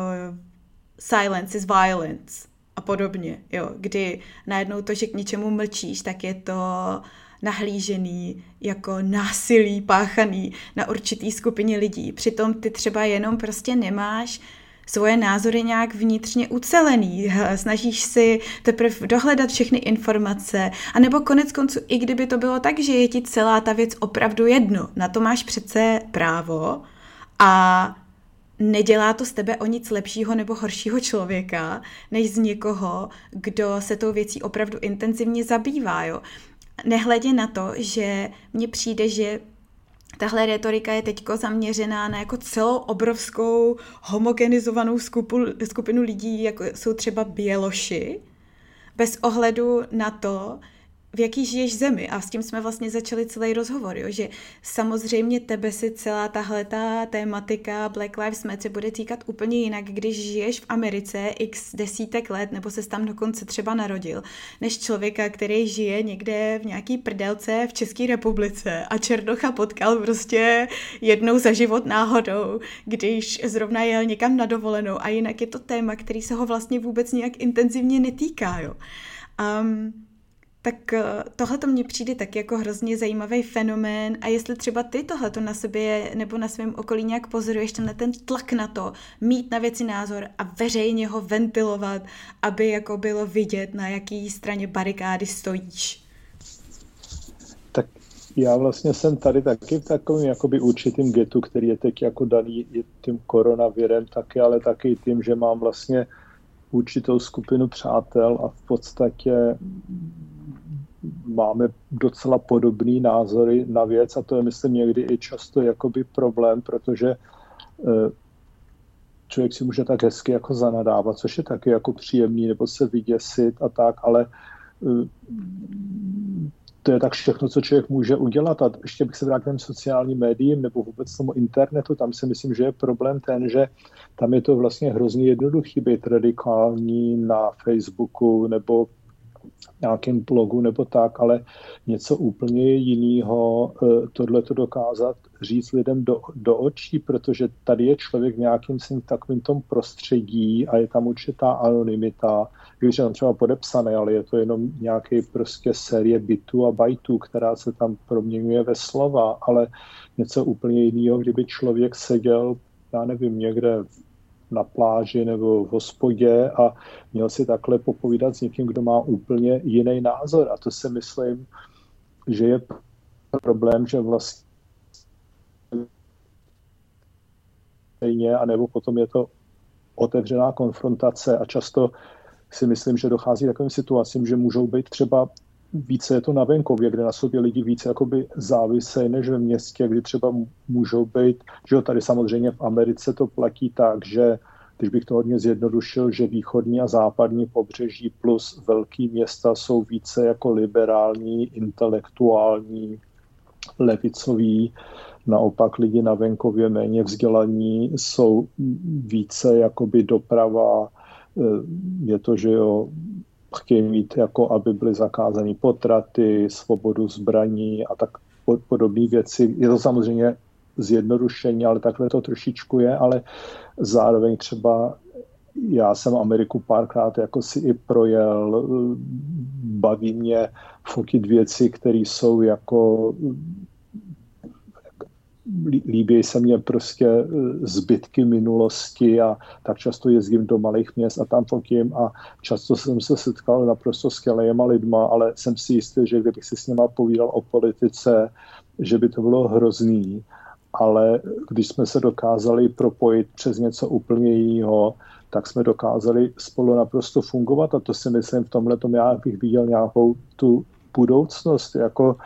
silence is violence a podobně, jo? Kdy najednou to, že k něčemu mlčíš, tak je to nahlížený jako násilí páchaný na určitý skupině lidí. Přitom ty třeba jenom prostě nemáš svoje názory nějak vnitřně ucelený, snažíš si teprve dohledat všechny informace, anebo konec konců, i kdyby to bylo tak, že je ti celá ta věc opravdu jedno, na to máš přece právo a nedělá to z tebe o nic lepšího nebo horšího člověka, než z někoho, kdo se tou věcí opravdu intenzivně zabývá. Jo. Nehledě na to, že mně přijde, že tahle retorika je teďko zaměřená na jako celou obrovskou homogenizovanou skupinu lidí, jako jsou třeba Běloši, bez ohledu na to, v jaký žiješ zemi. A s tím jsme vlastně začali celý rozhovor, jo? Že samozřejmě tebe si celá tahleta tématika Black Lives Matter bude týkat úplně jinak, když žiješ v Americe x desítek let, nebo ses tam dokonce třeba narodil, než člověka, který žije někde v nějaký prdelce v České republice a Černocha potkal prostě jednou za život náhodou, když zrovna jel někam na dovolenou a jinak je to téma, který se ho vlastně vůbec nějak intenzivně netýká, jo. Tak tohleto mně přijde tak jako hrozně zajímavý fenomén a jestli třeba ty tohleto na sobě nebo na svém okolí nějak pozoruješ, ten tlak na to, mít na věci názor a veřejně ho ventilovat, aby jako bylo vidět, na jaký straně barikády stojíš. Tak já vlastně jsem tady taky v takovém jakoby určitým getu, který je teď jako daný tím koronavirem taky, ale taky tím, že mám vlastně určitou skupinu přátel a v podstatě máme docela podobný názory na věc a to je, myslím, někdy i často jakoby problém, protože člověk si může tak hezky jako zanadávat, což je taky jako příjemný, nebo se vyděsit a tak, ale to je tak všechno, co člověk může udělat. A ještě bych se vrátil k sociálním médiím nebo vůbec tomu internetu. Tam si myslím, že je problém ten, že tam je to vlastně hrozně jednoduchý být radikální na Facebooku nebo nějakým blogu nebo tak, ale něco úplně jiného, tohleto dokázat říct lidem do očí, protože tady je člověk v nějakým takovým tom prostředí a je tam určitá anonymita, když je tam třeba podepsané, ale je to jenom nějaký prostě série bitů a bajtů, která se tam proměňuje ve slova, ale něco úplně jiného, kdyby člověk seděl, já nevím, někde na pláži nebo v hospodě a měl si takhle popovídat s někým, kdo má úplně jiný názor. A to si myslím, že je problém, že vlastně a nebo potom je to otevřená konfrontace a často si myslím, že dochází k takovým situacím, že můžou být třeba více je to na venkově, kde na sobě lidi více jakoby závisejí než ve městě, kdy třeba můžou být, že jo, tady samozřejmě v Americe to platí tak, že když bych to hodně zjednodušil, že východní a západní pobřeží plus velký města jsou více jako liberální, intelektuální, levicový, naopak lidi na venkově méně vzdělaní jsou více jakoby doprava, je to, že jo, chtějí mít, jako aby byly zakázány potraty, svobodu zbraní a tak podobné věci. Je to samozřejmě zjednodušení, ale takhle to trošičku je, ale zároveň třeba já jsem Ameriku párkrát jako si i projel, baví mě fotit věci, které jsou jako líbí se mně prostě zbytky minulosti a tak často jezdím do malých měst a tam fotím a často jsem se setkal naprosto skvělýma lidma, ale jsem si jistý, že kdybych si s nima povídal o politice, že by to bylo hrozný, ale když jsme se dokázali propojit přes něco úplně jiného, tak jsme dokázali spolu naprosto fungovat a to si myslím v tomhletom já bych viděl nějakou tu budoucnost, jako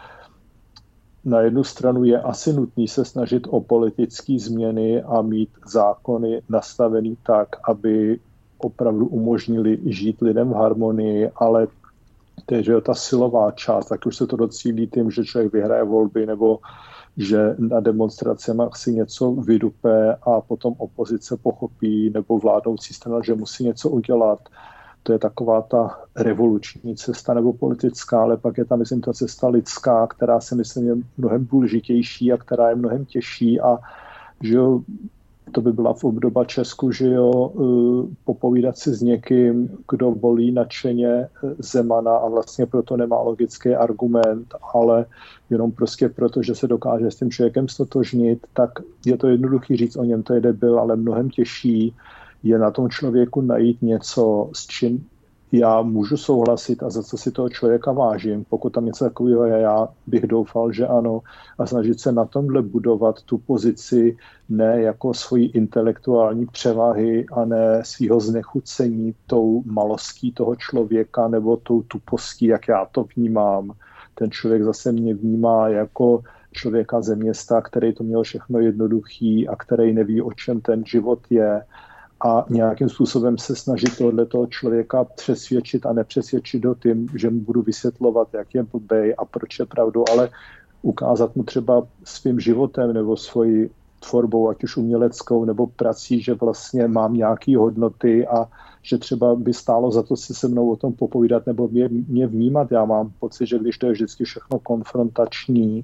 na jednu stranu je asi nutný se snažit o politické změny a mít zákony nastavený tak, aby opravdu umožnili žít lidem v harmonii, ale to je, že je ta silová část, tak už se to docílí tím, že člověk vyhraje volby nebo že na demonstracích si něco vydupe a potom opozice pochopí nebo vládnoucí strana, že musí něco udělat. To je taková ta revoluční cesta nebo politická, ale pak je tam, myslím, ta cesta lidská, která si myslím je mnohem důležitější a která je mnohem těžší a že jo, to by byla v obdoba Česku, že jo, popovídat si s někým, kdo volí nadšeně Zemana a vlastně proto nemá logický argument, ale jenom prostě proto, že se dokáže s tím člověkem stotožnit, tak je to jednoduchý říct o něm, to je debil, ale mnohem těžší je na tom člověku najít něco, s čím já můžu souhlasit a za co si toho člověka vážím. Pokud tam něco takového je, já bych doufal, že ano, a snažit se na tomhle budovat tu pozici ne jako svoji intelektuální převahy a ne svýho znechucení tou malostí toho člověka nebo tou tupostí, jak já to vnímám. Ten člověk zase mě vnímá jako člověka ze města, který to měl všechno jednoduchý a který neví, o čem ten život je. A nějakým způsobem se snažit tohoto člověka přesvědčit a nepřesvědčit ho tím, že mu budu vysvětlovat, jak je blbej a proč je pravdou, ale ukázat mu třeba svým životem nebo svojí tvorbou, ať už uměleckou nebo prací, že vlastně mám nějaké hodnoty a že třeba by stálo za to si se mnou o tom popovídat nebo mě vnímat. Já mám pocit, že když to je vždycky všechno konfrontační,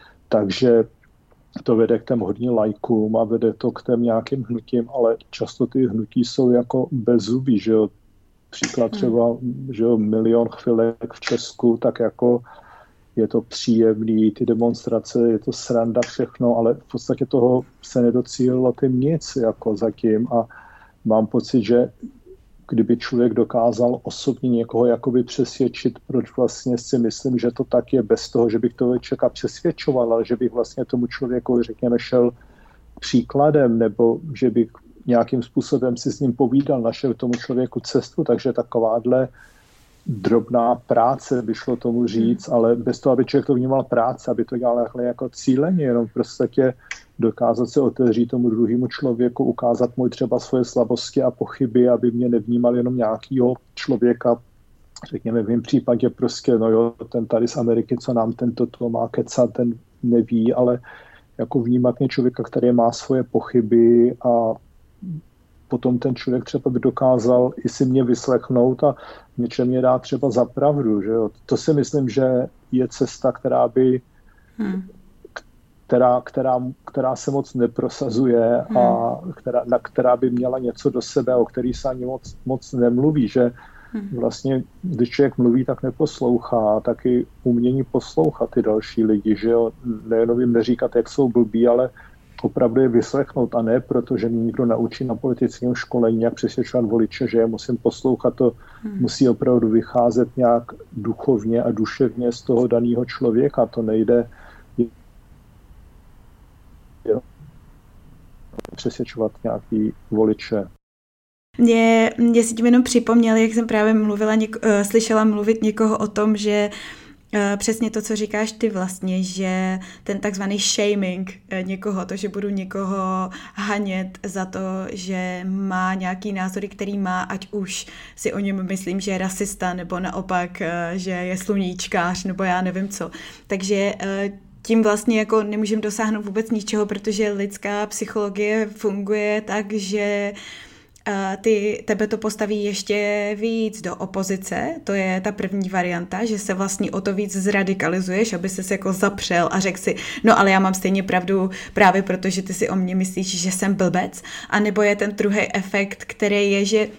takže to vede k těm hodně lajkům a vede to k těm nějakým hnutím, ale často ty hnutí jsou jako bezzubí, že jo. Příklad třeba, že jo, 1 000 000 chvilek v Česku, tak jako je to příjemný, ty demonstrace, je to sranda všechno, ale v podstatě toho se nedocílilo tím nic jako zatím a mám pocit, že kdyby člověk dokázal osobně někoho jakoby přesvědčit, proč vlastně si myslím, že to tak je, bez toho, že bych toho člověka přesvědčoval, ale že bych vlastně tomu člověku, řekněme, šel příkladem, nebo že bych nějakým způsobem si s ním povídal, našel tomu člověku cestu, takže takováhle drobná práce, by šlo tomu říct, ale bez toho, aby člověk to vnímal práce, aby to dělal jako cíleně, jenom v podstatě dokázat se otevřít tomu druhému člověku, ukázat mu třeba svoje slabosti a pochyby, aby mě nevnímal jenom nějakýho člověka řekněme v mém případě prostě, no jo, ten tady z Ameriky, co nám tento to má kecat, ten neví, ale jako vnímat mě člověka, který má svoje pochyby a potom ten člověk třeba by dokázal i si mě vyslechnout a něčem mě dá třeba za pravdu, že jo. To si myslím, že je cesta, která se moc neprosazuje a která by měla něco do sebe, o který se ani moc nemluví, že vlastně, když člověk mluví, tak neposlouchá, taky umění poslouchat ty další lidi, že jo, nejenom jim neříkat, jak jsou blbí, ale opravdu je vyslechnout a ne, protože mě někdo naučí na politickém školení, jak přesvědčovat voliče, že je musím poslouchat, to musí opravdu vycházet nějak duchovně a duševně z toho daného člověka, to nejde přesvědčovat nějaký voliče. Mě si tím jenom připomněl, jak jsem právě slyšela mluvit někoho o tom, že přesně to, co říkáš ty vlastně, že ten takzvaný shaming někoho, to, že budu někoho hanět za to, že má nějaký názory, který má, ať už si o něm myslím, že je rasista, nebo naopak, že je sluníčkář, nebo já nevím co. Takže tím vlastně jako nemůžeme dosáhnout vůbec ničeho, protože lidská psychologie funguje tak, že tebe to postaví ještě víc do opozice, to je ta první varianta, že se vlastně o to víc zradikalizuješ, aby ses jako zapřel a řekl si, no ale já mám stejně pravdu právě proto, že ty si o mě myslíš, že jsem blbec, a nebo je ten druhý efekt, který je, že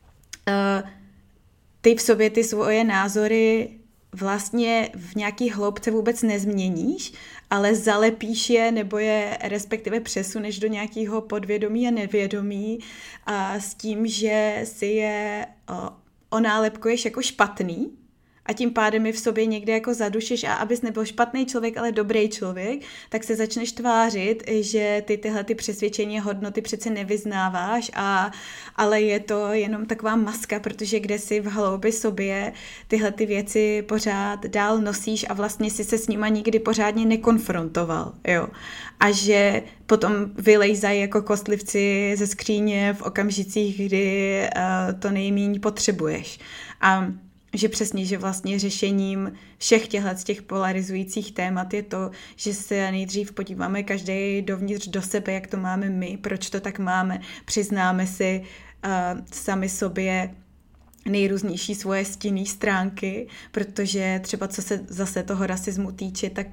ty v sobě ty svoje názory vlastně v nějaký hloubce vůbec nezměníš, ale zalepíš je nebo je respektive přesuneš do nějakého podvědomí a nevědomí a s tím, že si je onálepkuješ jako špatný a tím pádem je v sobě někde jako zadušíš a abys nebyl špatný člověk, ale dobrý člověk, tak se začneš tvářit, že ty tyhle ty přesvědčení hodnoty přece nevyznáváš, ale je to jenom taková maska, protože kde si v hloubi sobě tyhle ty věci pořád dál nosíš a vlastně si se s nima nikdy pořádně nekonfrontoval, jo. A že potom vylejzají jako kostlivci ze skříně v okamžicích, kdy to nejméně potřebuješ. A že přesně, že vlastně řešením všech těch polarizujících témat je to, že se nejdřív podíváme každý dovnitř do sebe, jak to máme my, proč to tak máme, přiznáme si sami sobě nejrůznější svoje stinné stránky, protože třeba co se zase toho rasismu týče, tak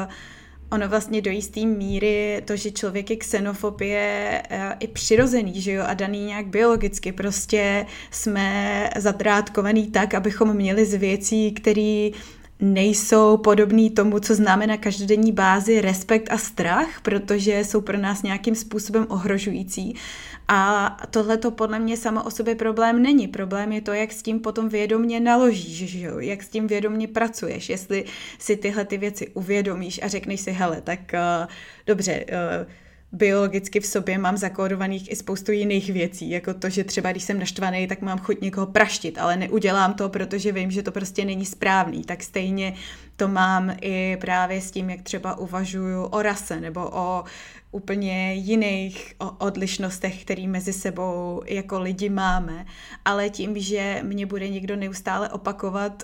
ono vlastně do jistý míry to, že člověk je xenofob, je i přirozený, že jo, a daný nějak biologicky. Prostě jsme zadrátkovaný tak, abychom měli z věcí, které nejsou podobný tomu, co známe na každodenní bázi, respekt a strach, protože jsou pro nás nějakým způsobem ohrožující. A tohle to podle mě samo o sobě problém není. Problém je to, jak s tím potom vědomě naložíš, že jo? Jak s tím vědomě pracuješ. Jestli si tyhle ty věci uvědomíš a řekneš si, hele, tak dobře, biologicky v sobě mám zakódovaných i spoustu jiných věcí, jako to, že třeba když jsem naštvaný, tak mám chuť někoho praštit, ale neudělám to, protože vím, že to prostě není správný. Tak stejně to mám i právě s tím, jak třeba uvažuju o rase nebo o úplně jiných odlišnostech, které mezi sebou jako lidi máme. Ale tím, že mě bude někdo neustále opakovat,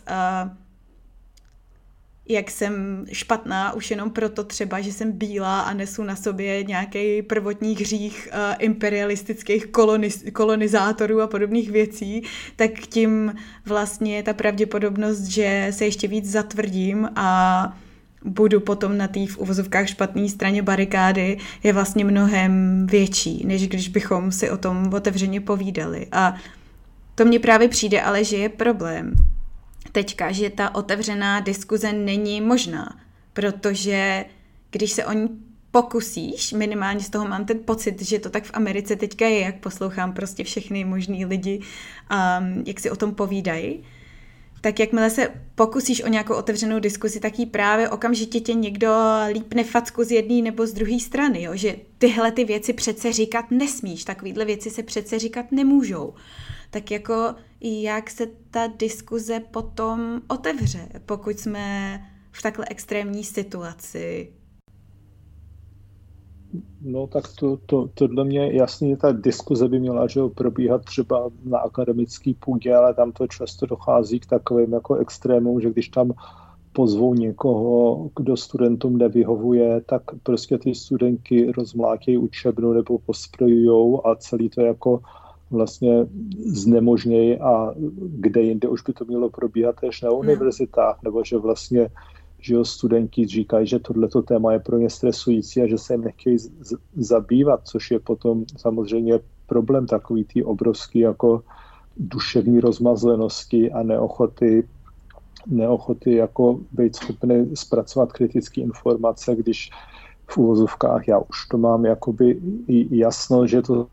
jak jsem špatná už jenom proto třeba, že jsem bílá a nesu na sobě nějaký prvotní hřích imperialistických kolonizátorů a podobných věcí, tak tím vlastně ta pravděpodobnost, že se ještě víc zatvrdím a budu potom na té v uvozovkách špatné straně barikády, je vlastně mnohem větší, než když bychom si o tom otevřeně povídali. A to mně právě přijde, ale že je problém teďka, že ta otevřená diskuze není možná, protože když se o ní pokusíš, minimálně z toho mám ten pocit, že to tak v Americe teďka je, jak poslouchám prostě všechny možný lidi, jak si o tom povídají, tak jakmile se pokusíš o nějakou otevřenou diskuzi, tak jí právě okamžitě tě někdo lípne facku z jedné nebo z druhé strany, jo? Že tyhle ty věci přece říkat nesmíš, takovýhle věci se přece říkat nemůžou. Tak jako jak se ta diskuze potom otevře, pokud jsme v takhle extrémní situaci? No tak tohle mě jasně, ta diskuze by měla, že probíhat třeba na akademický půdě, ale tam to často dochází k takovým jako extrémům, že když tam pozvou někoho, kdo studentům nevyhovuje, tak prostě ty studentky rozmlátějí učebnu nebo posprojujou a celý to jako vlastně znemožnějí a kde jinde už by to mělo probíhat tež na univerzitách, nebo že vlastně že studenti říkají, že tohleto téma je pro ně stresující a že se jim nechtějí zabývat, což je potom samozřejmě problém takový tý obrovský jako duševní rozmazlenosti a neochoty jako být schopný zpracovat kritické informace, když v uvozovkách já už to mám jakoby jasno, že to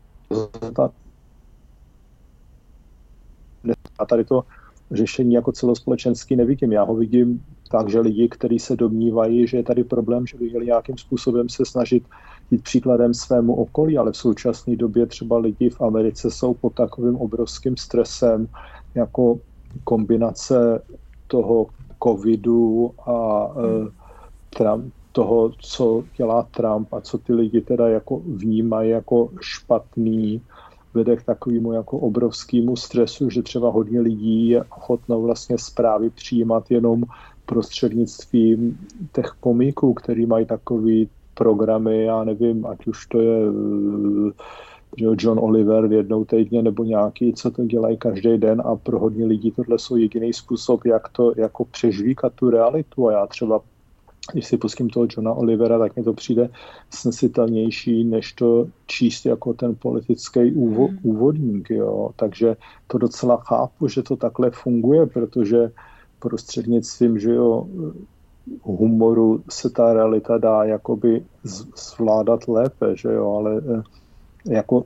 a tady to řešení jako celospolečenský nevidím. Já ho vidím tak, že lidi, kteří se domnívají, že je tady problém, že by měli nějakým způsobem se snažit jít příkladem svému okolí, ale v současné době třeba lidi v Americe jsou pod takovým obrovským stresem, jako kombinace toho covidu a toho, co dělá Trump a co ty lidi teda jako vnímají jako špatný, vede k takovému jako obrovskému stresu, že třeba hodně lidí je ochotno vlastně zprávy přijímat jenom prostřednictvím těch komiků, který mají takový programy, já nevím, ať už to je John Oliver jednou týdně nebo nějaký, co to dělají každý den a pro hodně lidí tohle jsou jediný způsob, jak to jako přežvíkat tu realitu a já třeba když si pustím toho Johna Olivera, tak mi to přijde snesitelnější, než to číst jako ten politický úvodník. Jo. Takže to docela chápu, že to takhle funguje, protože prostřednictvím, že jo, humoru se ta realita dá jakoby zvládat lépe, že jo, ale jako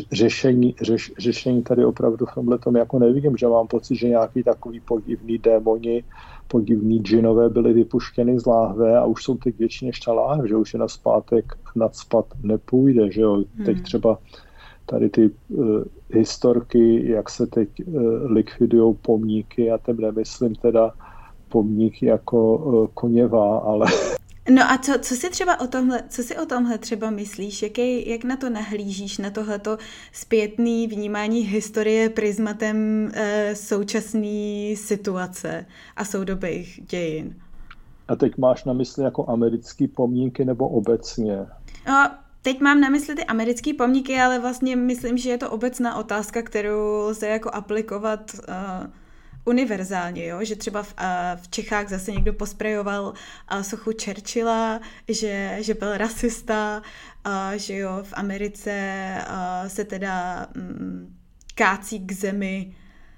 řešení tady opravdu v tomhle tom jako nevidím, že mám pocit, že nějaký takový podivný démoni, podivný džinové byly vypuštěny z láhve a už jsou teď větší než ta láhev, že už je naspátek nacpat nepůjde, že jo. Teď třeba tady ty historky, jak se teď likvidujou pomníky, já tím nemyslím teda pomníky jako Koněva, ale... No a co si třeba o tomhle třeba myslíš? Jak na to nahlížíš, na tohleto zpětné vnímání historie prismatem současné situace a soudobých dějin? A teď máš na mysli jako americký pomníky nebo obecně? No, teď mám na mysli ty americký pomníky, ale vlastně myslím, že je to obecná otázka, kterou lze jako aplikovat univerzálně, jo? Že třeba v Čechách zase někdo posprejoval sochu Churchilla, že byl rasista, že jo, v Americe se teda kácí k zemi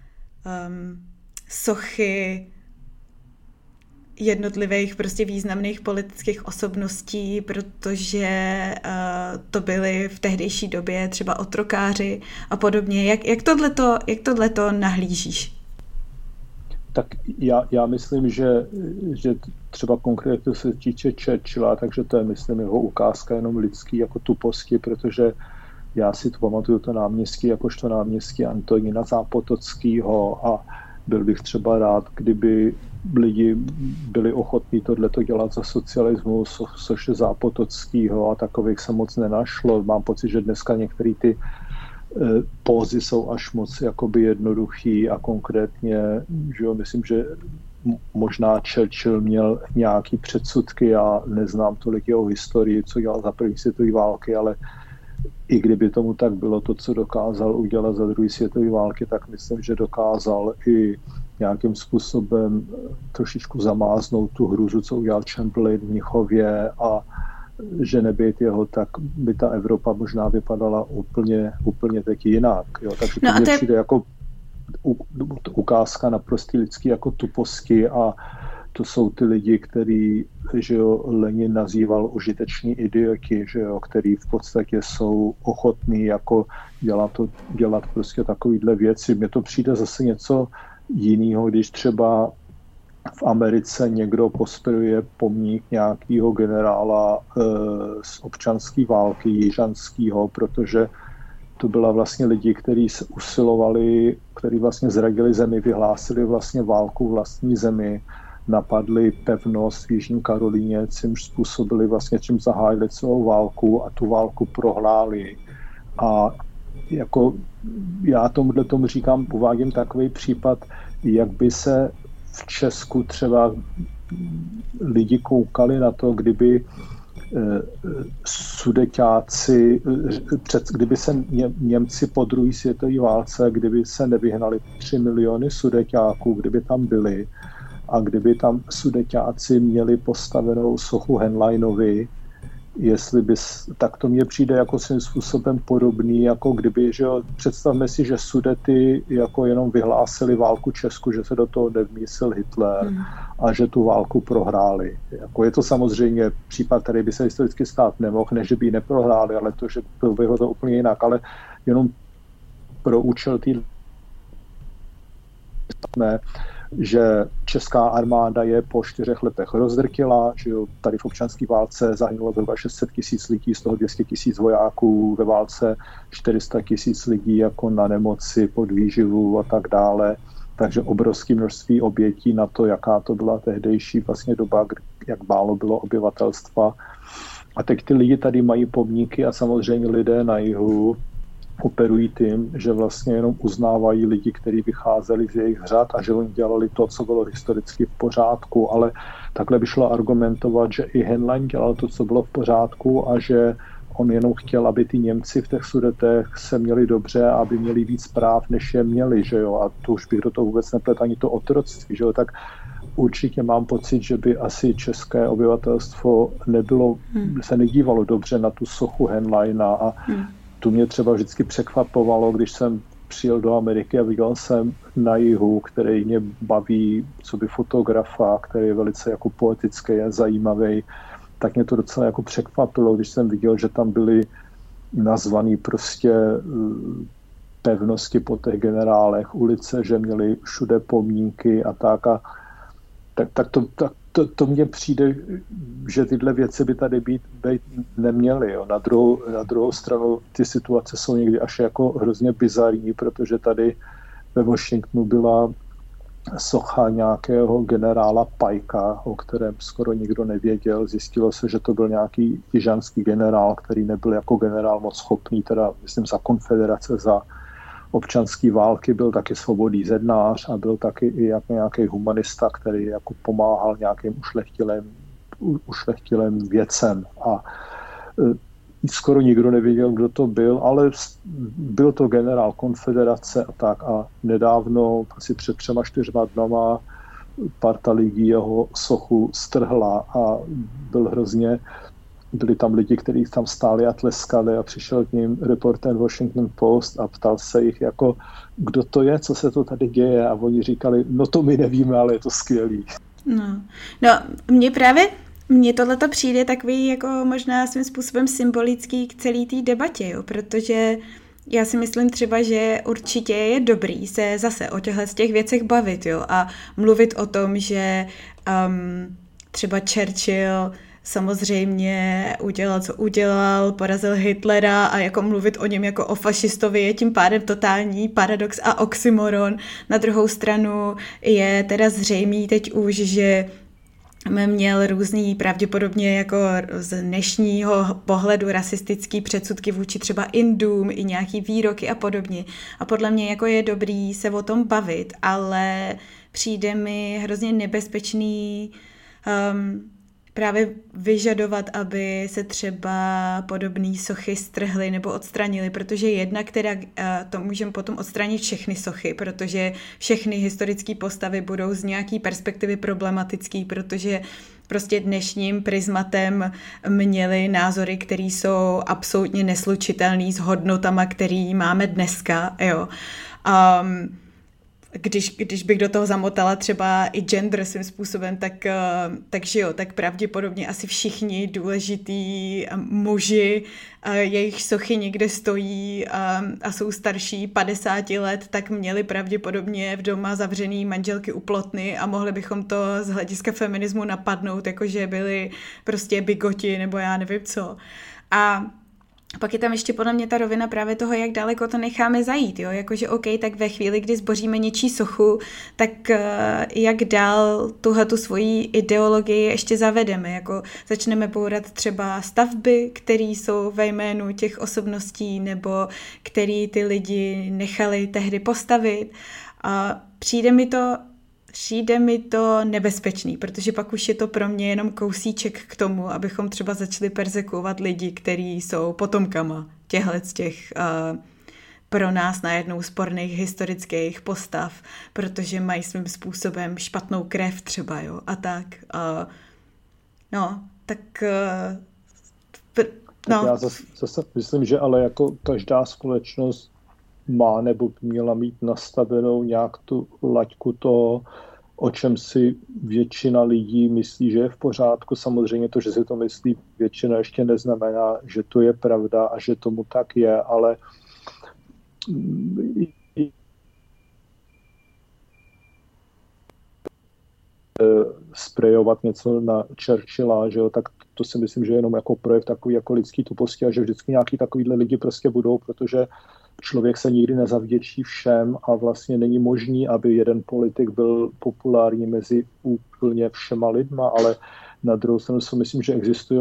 sochy jednotlivých prostě významných politických osobností, protože to byly v tehdejší době třeba otrokáři a podobně. Jak tohleto nahlížíš? Tak já myslím, že třeba konkrétně se týče Churchilla, takže to je, myslím, jeho ukázka jenom lidský jako tuposti, protože já si to pamatuju to náměstí jakožto náměstí Antonína Zápotockého a byl bych třeba rád, kdyby lidi byli ochotní tohleto dělat za socialismu, což je Zápotockého a takových se moc nenašlo. Mám pocit, že dneska některé ty pózy jsou až moc jakoby jednoduchý a konkrétně, že jo, myslím, že možná Churchill měl nějaký předsudky, já neznám tolik jeho historii, co dělal za první světové války, ale i kdyby tomu tak bylo, to, co dokázal udělat za druhé světové války, tak myslím, že dokázal i nějakým způsobem trošičku zamáznout tu hrůzu, co udělal Chamberlain v Mnichově a že nebýt jeho, tak by ta Evropa možná vypadala úplně taky jinak. Jo. Takže to mně přijde jako ukázka na prostý lidský jako tuposti a to jsou ty lidi, který, že jo, Lenin nazýval užiteční idioti, že jo, který v podstatě jsou ochotní jako dělat prostě takovýhle věci. Mně to přijde zase něco jiného, když třeba v Americe někdo posprojuje pomník nějakého generála z občanské války jižanského, protože to byla vlastně lidi, kteří se usilovali, kteří vlastně zradili zemi, vyhlásili vlastně válku vlastní zemi napadli pevnost v Jižní Karolíně, čímž způsobili vlastně, čím zahájili celou válku a tu válku prohráli. A jako já tomu říkám, uvádím takový případ, jak by se v Česku třeba lidi koukali na to, kdyby Sudeťáci, kdyby se Němci po druhé světové válce, kdyby se nevyhnali 3 miliony Sudeťáků, kdyby tam byli a kdyby tam Sudeťáci měli postavenou sochu Henleinovi, tak to mně přijde jako svým způsobem podobný, jako kdyby, že jo, představme si, že Sudety jako jenom vyhlásili válku Česku, že se do toho nevmísil Hitler a že tu válku prohráli. Jako je to samozřejmě případ, který by se historicky stát nemohl, ne, že by ji neprohráli, ale to, že bylo to úplně jinak, ale jenom pro účel že česká armáda je po 4 letech rozdrtila, že jo, tady v občanské válce zahynulo zhruba 600 000 lidí, z toho 200 000 vojáků, ve válce 400 000 lidí jako na nemoci, podvýživu a tak dále. Takže obrovské množství obětí na to, jaká to byla tehdejší vlastně doba, jak málo bylo obyvatelstva. A teď ty lidi tady mají pomníky a samozřejmě lidé na jihu operují tím, že vlastně jenom uznávají lidi, kteří vycházeli z jejich řad a že oni dělali to, co bylo historicky v pořádku, ale takhle by šlo argumentovat, že i Henlein dělal to, co bylo v pořádku a že on jenom chtěl, aby ty Němci v těch Sudetech se měli dobře, aby měli víc práv, než je měli, že jo, a to už bych do toho vůbec neplet ani to otroctví, že jo, tak určitě mám pocit, že by asi české obyvatelstvo se nedívalo dobře na tu sochu Henleina a tu mě třeba vždycky překvapovalo, když jsem přijel do Ameriky a viděl jsem na jihu, který mě baví, co by fotografa, který je velice jako poetický a zajímavý, tak mě to docela jako překvapilo, když jsem viděl, že tam byly nazvaný prostě pevnosti po těch generálech, ulice, že měli všude pomníky a tak. A to mně přijde, že tyhle věci by tady být neměly. Jo. Na druhou stranu ty situace jsou někdy až jako hrozně bizarní, protože tady ve Washingtonu byla socha nějakého generála Pikea, o kterém skoro nikdo nevěděl. Zjistilo se, že to byl nějaký jižanský generál, který nebyl jako generál moc schopný, teda myslím za konfederace, za občanské války, byl taky svobodný zednář a byl taky i jako nějaký humanista, který jako pomáhal nějakým ušlechtilým věcem. A skoro nikdo nevěděl, kdo to byl, ale byl to generál konfederace a tak. A nedávno, asi před 3-4 dnama, parta lidí jeho sochu strhla a byli tam lidi, kteří tam stáli a tleskali a přišel k ním reportér Washington Post a ptal se jich, jako, kdo to je, co se to tady děje, a oni říkali, no to my nevíme, ale je to skvělý. No mně tohleto přijde takový jako možná svým způsobem symbolický k celé té debatě, jo, protože já si myslím třeba, že určitě je dobrý se zase o těch věcech bavit, jo, a mluvit o tom, že třeba Churchill samozřejmě udělal, co udělal, porazil Hitlera a jako mluvit o něm jako o fašistovi je tím pádem totální paradox a oxymoron. Na druhou stranu je teda zřejmý teď už, že měl různý pravděpodobně jako z dnešního pohledu rasistický předsudky vůči třeba Indům i nějaký výroky a podobně. A podle mě jako je dobrý se o tom bavit, ale přijde mi hrozně nebezpečný právě vyžadovat, aby se třeba podobné sochy strhly nebo odstranily, protože jednak teda to můžeme potom odstranit všechny sochy, protože všechny historické postavy budou z nějaký perspektivy problematický, protože prostě dnešním prismatem měli názory, které jsou absolutně neslučitelné s hodnotama, které máme dneska, jo. Když bych do toho zamotala třeba i gender svým způsobem, takže jo, tak pravděpodobně asi všichni důležitý muži, jejich sochy někde stojí a jsou starší 50 let, tak měli pravděpodobně v doma zavřený manželky u plotny a mohli bychom to z hlediska feminismu napadnout, jakože byli prostě bigoti nebo já nevím co. A Pak je tam ještě podle mě ta rovina právě toho, jak daleko to necháme zajít, jo, jakože OK, tak ve chvíli, kdy zboříme něčí sochu, tak jak dál tu svoji ideologii ještě zavedeme, jako začneme bourat třeba stavby, které jsou ve jménu těch osobností, nebo který ty lidi nechali tehdy postavit. A přijde mi to nebezpečný, protože pak už je to pro mě jenom kousíček k tomu, abychom třeba začali perzekuovat lidi, kteří jsou potomkama těch pro nás najednou sporných historických postav, protože mají svým způsobem špatnou krev třeba, jo, a tak. Tak já zase myslím, že ale jako každá společnost má nebo by měla mít nastavenou nějak tu laťku toho, o čem si většina lidí myslí, že je v pořádku. Samozřejmě to, že si to myslí většina, ještě neznamená, že to je pravda a že tomu tak je, ale sprejovat něco na Churchilla, že jo, tak to si myslím, že je jenom jako projev takový jako lidský tuposti a že vždycky nějaký takovýhle lidi prostě budou, protože člověk se nikdy nezavděčí všem a vlastně není možný, aby jeden politik byl populární mezi úplně všema lidma, ale na druhou stranu si myslím, že existují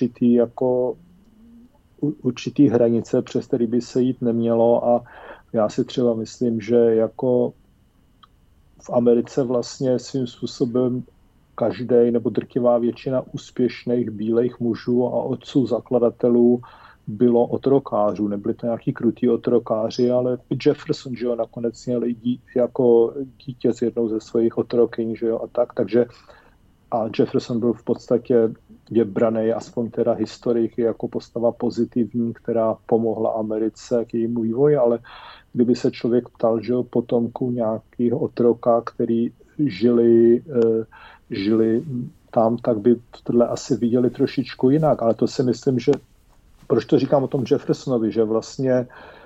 určitý hranice, přes který by se jít nemělo a já si třeba myslím, že jako v Americe vlastně svým způsobem každý nebo drtivá většina úspěšných bílejch mužů a otců zakladatelů bylo otrokářů. Nebyli to nějaký krutí otrokáři, ale Jefferson, že jo, nakonec měl jako dítě s jednou ze svých otrokyň, že jo, a tak. Takže a Jefferson byl v podstatě je braný aspoň teda historiky jako postava pozitivní, která pomohla Americe k jejímu vývoji, ale kdyby se člověk ptal, že jo, potomků nějakého otroka, který žili tam, tak by tohle asi viděli trošičku jinak, ale to si myslím, že proč to říkám o tom Jeffersonovi, že vlastně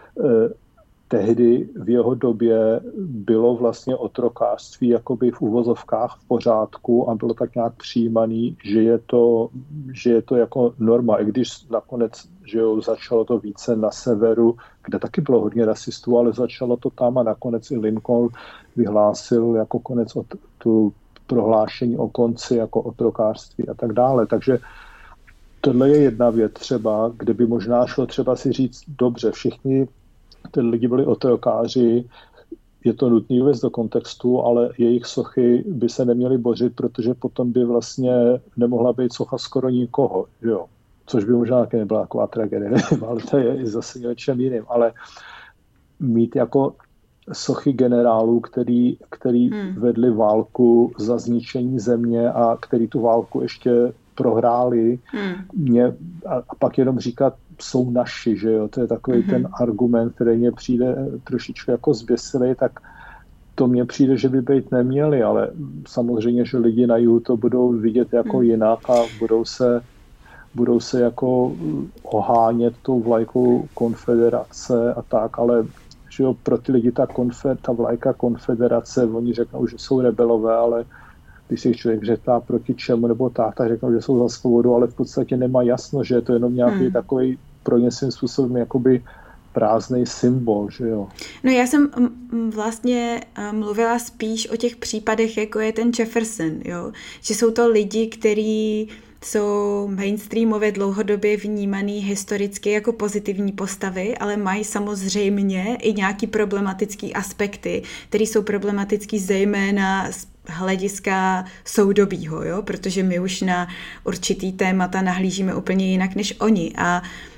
tehdy v jeho době bylo vlastně otrokářství jakoby v uvozovkách v pořádku a bylo tak nějak přijímaný, že je to jako norma, i když nakonec, že jo, začalo to více na severu, kde taky bylo hodně rasistů, ale začalo to tam a nakonec i Lincoln vyhlásil jako konec tu prohlášení o konci jako otrokářství a tak dále. Takže tohle je jedna věc třeba, kde by možná šlo třeba si říct, dobře, všichni ty lidi byli otrokáři, je to nutný uvést do kontextu, ale jejich sochy by se neměly bořit, protože potom by vlastně nemohla být socha skoro nikoho, jo. Což by možná taky nebyla taková tragédie, nevím, ale to je i zase něčem jiným, ale mít jako sochy generálů, který vedli válku za zničení země a který tu válku ještě prohráli, a pak jenom říkat, jsou naši, že jo, to je takový ten argument, který mně přijde trošičku jako zběsilý, tak to mně přijde, že by být neměli, ale samozřejmě, že lidi na jihu to budou vidět jako jinak a budou se jako ohánět tou vlajkou konfederace a tak, ale že jo, pro ty lidi ta vlajka konfederace, oni řeknou, že jsou rebelové, ale když se člověk řetá proti čemu nebo tak řeknou, že jsou za svobodu, ale v podstatě nemá jasno, že je to jenom nějaký takový pro ně svým způsobem jakoby prázdnej symbol, že jo. No já jsem vlastně mluvila spíš o těch případech, jako je ten Jefferson, jo, že jsou to lidi, kteří jsou mainstreamově dlouhodobě vnímaný historicky jako pozitivní postavy, ale mají samozřejmě i nějaký problematický aspekty, které jsou problematický zejména z hlediska soudobího, jo? Protože my už na určitý témata nahlížíme úplně jinak než oni. A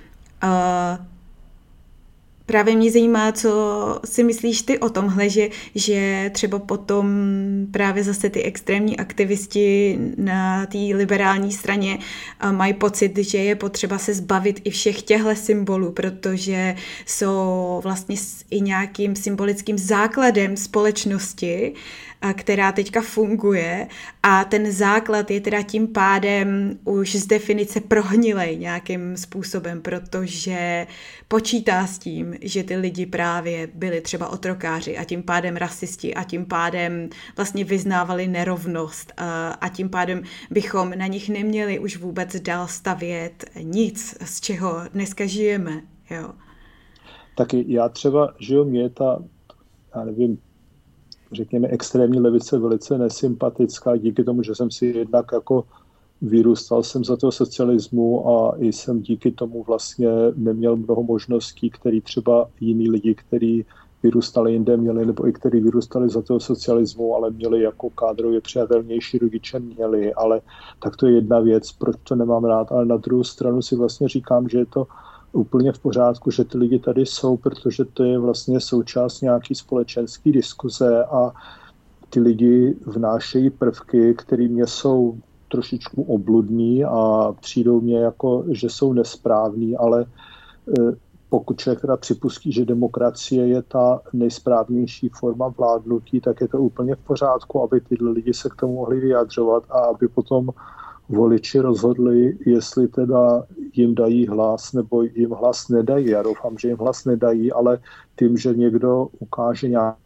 právě mě zajímá, co si myslíš ty o tomhle, že třeba potom právě zase ty extrémní aktivisti na té liberální straně mají pocit, že je potřeba se zbavit i všech těchto symbolů, protože jsou vlastně i nějakým symbolickým základem společnosti, která teďka funguje a ten základ je teda tím pádem už z definice prohnilej nějakým způsobem, protože počítá s tím, že ty lidi právě byli třeba otrokáři a tím pádem rasisti a tím pádem vlastně vyznávali nerovnost a tím pádem bychom na nich neměli už vůbec dál stavět nic, z čeho dneska žijeme. Jo. Taky já třeba, že mě ta, já nevím, řekněme, extrémní levice velice nesympatická, díky tomu, že jsem si jednak jako vyrůstal jsem za toho socialismu a i jsem díky tomu vlastně neměl mnoho možností, které třeba jiní lidi, kteří vyrůstali jinde měli, nebo i kteří vyrůstali za toho socialismu, ale měli jako kádrově přijatelnější rodiče měli, ale tak to je jedna věc, proč to nemám rád, ale na druhou stranu si vlastně říkám, že je to úplně v pořádku, že ty lidi tady jsou, protože to je vlastně součást nějaký společenské diskuze a ty lidi vnášejí prvky, které mě jsou trošičku obludný a přijdou mě jako, že jsou nesprávný, ale pokud člověk teda připustí, že demokracie je ta nejsprávnější forma vládnutí, tak je to úplně v pořádku, aby tyhle lidi se k tomu mohli vyjadřovat a aby potom voliči rozhodli, jestli teda jim dají hlas nebo jim hlas nedají. Já doufám, že jim hlas nedají, ale tím, že někdo ukáže nějaký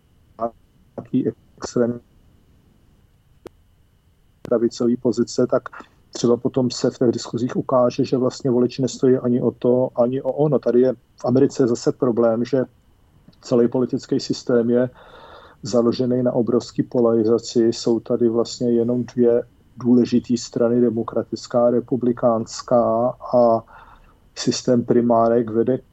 extrémní pravicový pozice, tak třeba potom se v těch diskuzích ukáže, že vlastně voliči nestojí ani o to, ani o ono. Tady je v Americe zase problém, že celý politický systém je založený na obrovské polarizaci. Jsou tady vlastně jenom dvě důležité strany, demokratická a republikánská, a systém primárek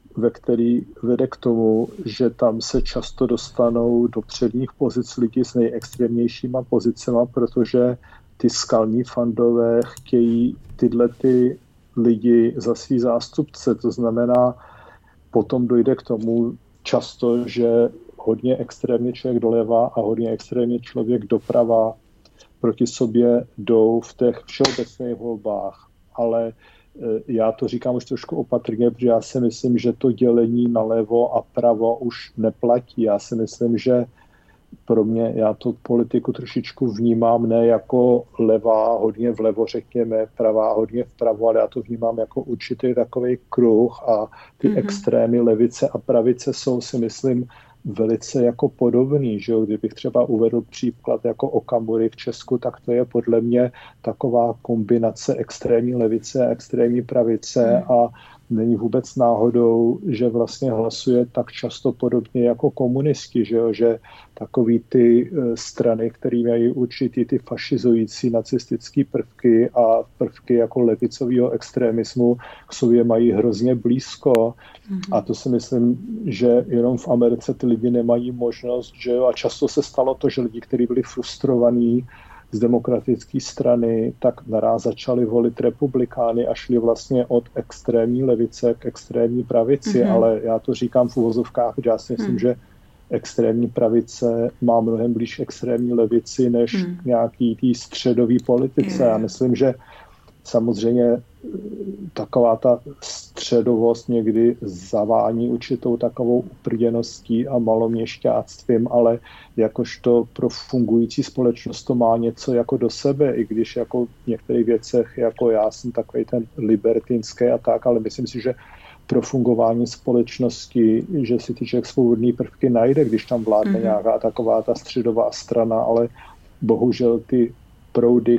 který vede k tomu, že tam se často dostanou do předních pozic lidi s nejextrémnějšíma pozicema, protože ty skalní fandové chtějí tyhle ty lidi za svý zástupce. To znamená, potom dojde k tomu často, že hodně extrémně člověk doleva a hodně extrémně člověk doprava proti sobě jdou v těch všeobecných volbách. Ale já to říkám už trošku opatrně, protože já si myslím, že to dělení na levo a pravo už neplatí. Já si myslím, že pro mě, já tu politiku trošičku vnímám ne jako levá, hodně vlevo řekněme, pravá, hodně vpravo, ale já to vnímám jako určitý takový kruh a ty extrémy levice a pravice jsou, si myslím, velice jako podobný, že jo? Kdybych třeba uvedl příklad jako Okamury v Česku, tak to je podle mě taková kombinace extrémní levice a extrémní pravice a není vůbec náhodou, že vlastně hlasuje tak často podobně jako komunisti, že jo? Že takový ty strany, které mají určitý ty fašizující nacistické prvky a prvky jako levicového extremismu k sobě mají hrozně blízko. A to si myslím, že jenom v Americe ty lidi nemají možnost, že jo? A často se stalo to, že lidi, kteří byli frustrovaní z demokratické strany, tak naraz začali volit republikány a šli vlastně od extrémní levice k extrémní pravici, ale já to říkám v uvozovkách, že já si myslím, že extrémní pravice má mnohem blíž extrémní levici než nějaký tý středový politice. Já myslím, že samozřejmě taková ta středovost někdy zavání určitou takovou uprděností a maloměšťáctvím, ale jakožto pro fungující společnost to má něco jako do sebe, i když jako v některých věcech jako já jsem takový ten libertinský a tak, ale myslím si, že pro fungování společnosti, že si ty člověk svobodný prvky najde, když tam vládne nějaká taková ta středová strana, ale bohužel ty proudy,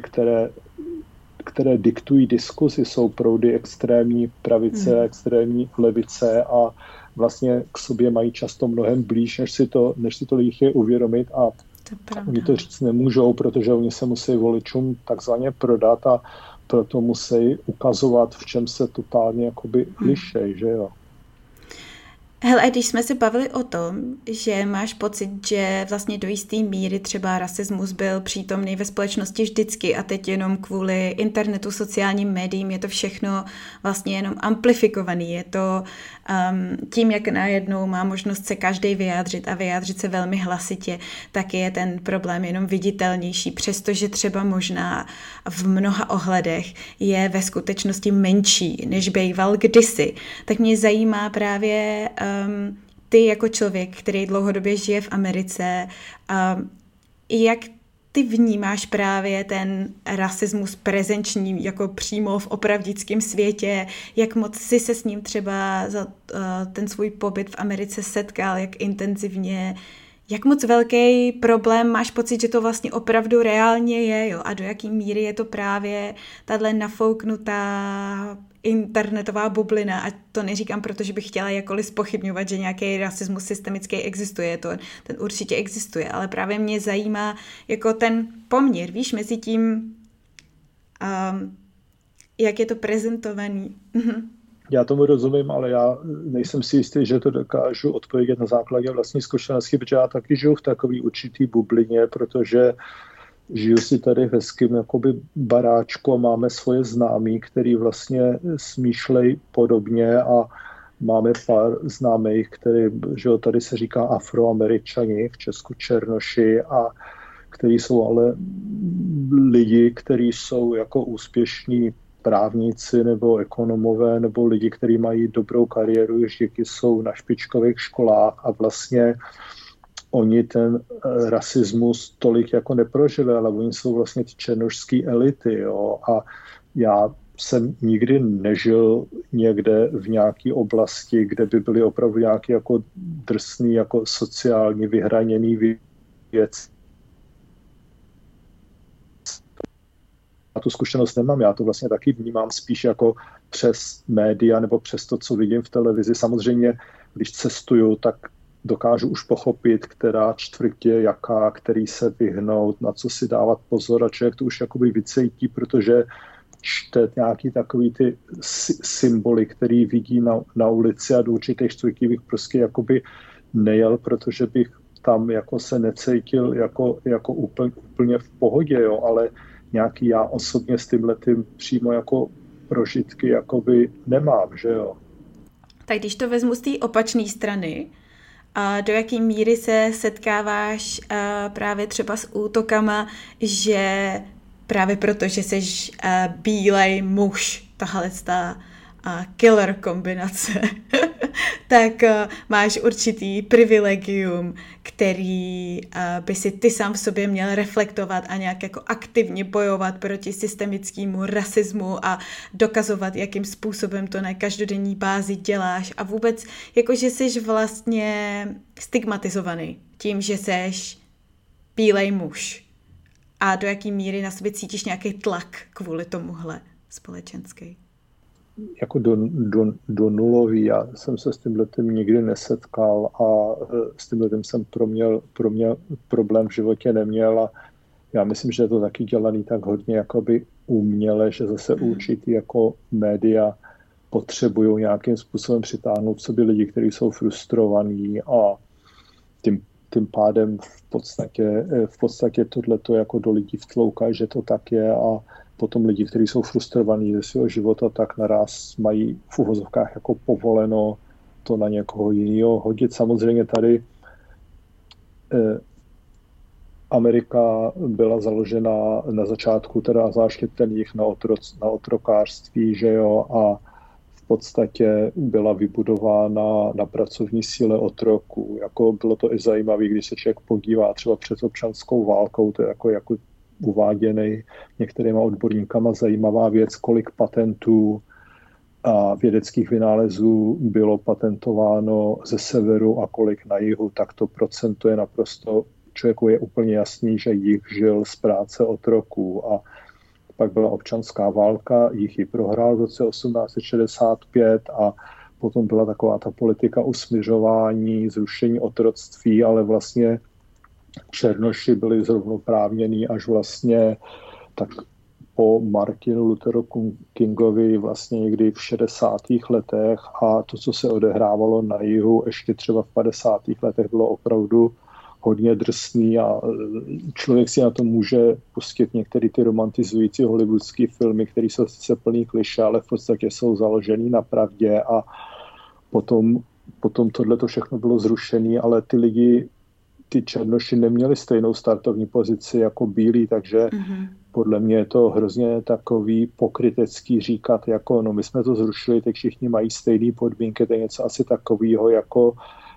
které diktují diskuzi, jsou proudy extrémní pravice, extrémní levice a vlastně k sobě mají často mnohem blíž, než si to lidi chtějí uvědomit a oni to říct nemůžou, protože oni se musí voličům takzvaně prodat a proto musí ukazovat, v čem se totálně jakoby lišej, že jo. Hele, a když jsme se bavili o tom, že máš pocit, že vlastně do jisté míry třeba rasismus byl přítomný ve společnosti vždycky a teď jenom kvůli internetu, sociálním médiím je to všechno vlastně jenom amplifikovaný. Je to tím, jak najednou má možnost se každý vyjádřit a vyjádřit se velmi hlasitě, tak je ten problém jenom viditelnější, přestože třeba možná v mnoha ohledech je ve skutečnosti menší, než býval kdysi. Tak mě zajímá právě ty jako člověk, který dlouhodobě žije v Americe, Jak ty vnímáš právě ten rasismus prezenční jako přímo v opravdickém světě? Jak moc jsi se s ním třeba za ten svůj pobyt v Americe setkal, jak intenzivně, jak moc velký problém máš pocit, že to vlastně opravdu reálně je, jo? A do jaký míry je to právě tahle nafouknutá internetová bublina, a to neříkám, protože bych chtěla jakkoliv zpochybňovat, že nějaký rasismus systemický existuje, ten určitě existuje, ale právě mě zajímá jako ten poměr, víš, mezi tím, jak je to prezentovaný. Já tomu rozumím, ale já nejsem si jistý, že to dokážu odpovědět na základě vlastní zkušenosti, protože já taky žiju v takové určitý bublině, protože žiju si tady v hezkým jakoby baráčku a máme svoje známí, který vlastně smýšlejí podobně a máme pár známých, který, že tady se říká Afroameričani, v Česku Černoši, a který jsou ale lidi, kteří jsou jako úspěšní právníci nebo ekonomové nebo lidi, kteří mají dobrou kariéru, jež díky jsou na špičkových školách a vlastně oni ten rasismus tolik jako neprožili, ale oni jsou vlastně ty černošský elity. Jo? A já jsem nikdy nežil někde v nějaké oblasti, kde by byly opravdu nějaké jako drsný, jako sociálně vyhraněný věc. Já tu zkušenost nemám, já to vlastně taky vnímám spíš jako přes média nebo přes to, co vidím v televizi. Samozřejmě, když cestuju, tak dokážu už pochopit, která čtvrtě, jaká, který se vyhnout, na co si dávat pozor, a člověk to už jakoby vycejtí, protože čte nějaký takový ty symboly, který vidí na ulici, a do určitých čtvrtí bych prostě jakoby nejel, protože bych tam jako se necítil jako úplně v pohodě, jo, ale nějaký já osobně s tímhletím přímo jako prožitky jakoby nemám, že jo. Tak když to vezmu z té opačné strany, a do jaký míry se setkáváš právě třeba s útokama, že právě proto, že jsi bílej muž, tahle killer kombinace, tak máš určitý privilegium, který by si ty sám v sobě měl reflektovat a nějak jako aktivně bojovat proti systemickému rasismu a dokazovat, jakým způsobem to na každodenní bázi děláš, a vůbec jako, že jsi vlastně stigmatizovaný tím, že jsi bílej muž, a do jaký míry na sobě cítíš nějaký tlak kvůli tomuhle společenský. Jako do nulový. Já jsem se s tímhletím nikdy nesetkal a s tímhletím jsem pro mě problém v životě neměl, a já myslím, že je to taky dělaný tak hodně jakoby uměle, že zase určitý jako média potřebují nějakým způsobem přitáhnout v sobě lidi, kteří jsou frustrovaní, a tím pádem v podstatě tohleto jako do lidí vtlouká, že to tak je, a potom lidi, kteří jsou frustrovaní ze svého života, tak naraz mají v uvozovkách jako povoleno to na někoho jiného hodit. Samozřejmě tady Amerika byla založena na začátku, teda zvláště ten jich na otrokářství, že jo, a v podstatě byla vybudována na pracovní síle otroků. Jako bylo to i zajímavé, když se člověk podívá třeba před občanskou válkou, to je jako uváděný některýma odborníkama zajímavá věc, kolik patentů a vědeckých vynálezů bylo patentováno ze severu a kolik na jihu, tak to procento je naprosto, člověku je úplně jasný, že jich žil z práce otroků. A pak byla občanská válka, jich ji prohrál v roce 1865 a potom byla taková ta politika usmiřování, zrušení otroctví, ale vlastně černoši byli zrovnoprávnění až vlastně tak po Martinu Lutheru Kingovi vlastně někdy v 60. letech, a to, co se odehrávalo na jihu ještě třeba v 50. letech, bylo opravdu hodně drsný, a člověk si na to může pustit některé ty romantizující hollywoodské filmy, které jsou sice plný klišé, ale v podstatě jsou založený na pravdě, a potom tohleto všechno bylo zrušené, ale ty lidi, ty černoši neměli stejnou startovní pozici jako bílí, takže podle mě je to hrozně takový pokrytecký říkat, jako no my jsme to zrušili, tak všichni mají stejné podmínky, to je něco asi takového, jako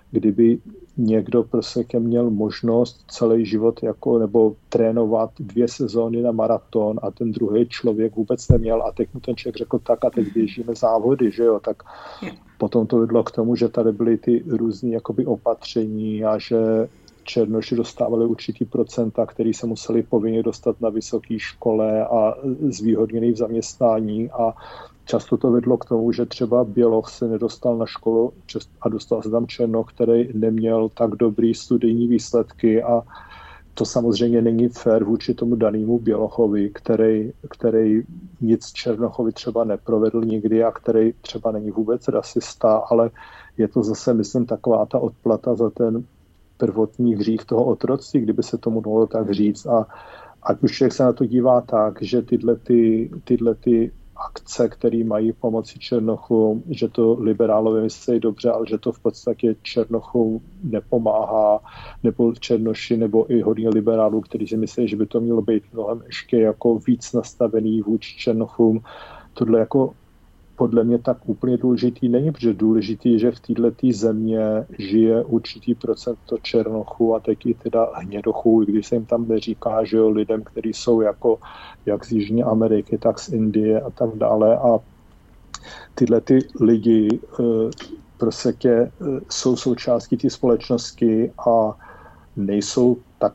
kdyby někdo prostě měl možnost celý život jako, nebo trénovat 2 sezóny na maraton a ten druhý člověk vůbec neměl a teď mu ten člověk řekl tak a teď běžíme závody, že jo, tak potom to vedlo k tomu, že tady byly ty různý jakoby opatření a že černoši dostávali určitý procenta, který se museli povinně dostat na vysoké škole a zvýhodněný v zaměstnání a často to vedlo k tomu, že třeba běloch se nedostal na školu a dostal se tam černoch, který neměl tak dobrý studijní výsledky a to samozřejmě není fér vůči tomu danému bělochovi, který nic černochovi třeba neprovedl nikdy a který třeba není vůbec rasista, ale je to zase, myslím, taková ta odplata za ten prvotní hřích toho otroctví, kdyby se tomu mohlo tak říct. A ať už člověk se na to dívá tak, že tyhle akce, které mají pomoci černochům, že to liberálové myslí dobře, ale že to v podstatě černochům nepomáhá, nebo černoši, nebo i hodně liberálů, kteří si myslí, že by to mělo být mnohem ještě jako víc nastavený vůči černochům. Tohle jako podle mě tak úplně důležitý není, protože důležitý je, že v této země žije určitý procento černochů a taky teda hnědochů, když se jim tam neříká, že jo, lidem, kteří jsou jako jak z Jižní Ameriky, tak z Indie a tak dále. A tyhle ty lidi prostě jsou součástí té společnosti a nejsou tak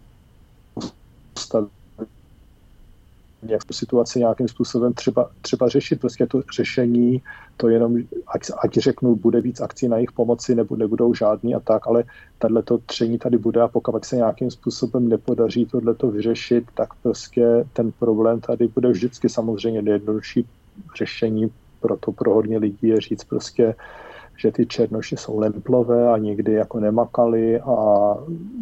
postavení, jak tu situaci nějakým způsobem třeba řešit. Prostě to řešení, to jenom, ať řeknu, bude víc akcí na jejich pomoci, nebo nebudou žádný a tak, ale tato tření tady bude a pokud se nějakým způsobem nepodaří tohleto vyřešit, tak prostě ten problém tady bude vždycky. Samozřejmě nejjednodušší řešení pro hodně lidí je říct prostě, že ty černoši jsou lemplové a nikdy jako nemakali a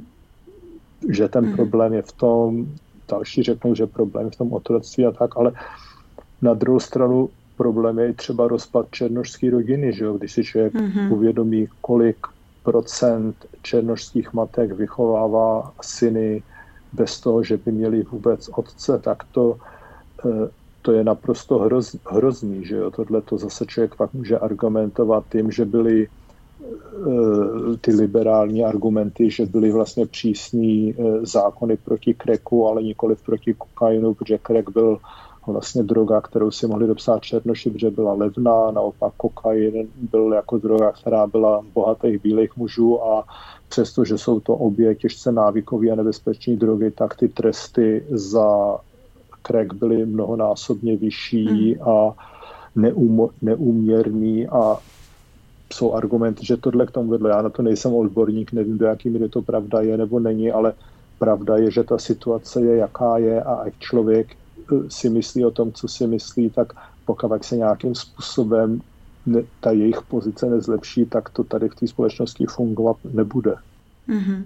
že ten problém je v tom, další řeknou, že problém je v tom otroctví a tak, ale na druhou stranu problém je i třeba rozpad černošské rodiny, že jo? Když si člověk uvědomí, kolik procent černošských matek vychovává syny bez toho, že by měli vůbec otce, tak to je naprosto hrozný, že jo? Tohle to zase člověk pak může argumentovat tím, že byly ty liberální argumenty, že byly vlastně přísný zákony proti cracku, ale nikoliv proti kokainu, protože crack byl vlastně droga, kterou si mohli dopsat černoši, protože byla levná, naopak kokain byl jako droga, která byla bohatých bílých mužů a přestože jsou to obě těžce návykové a nebezpečné drogy, tak ty tresty za crack byly mnohonásobně vyšší a neúměrný a jsou argumenty, že tohle k tomu vedlo. Já na to nejsem odborník, nevím, do jaký míry to pravda je nebo není, ale pravda je, že ta situace je, jaká je a ať člověk si myslí o tom, co si myslí, tak pokud se nějakým způsobem ta jejich pozice nezlepší, tak to tady v té společnosti fungovat nebude. Mm-hmm.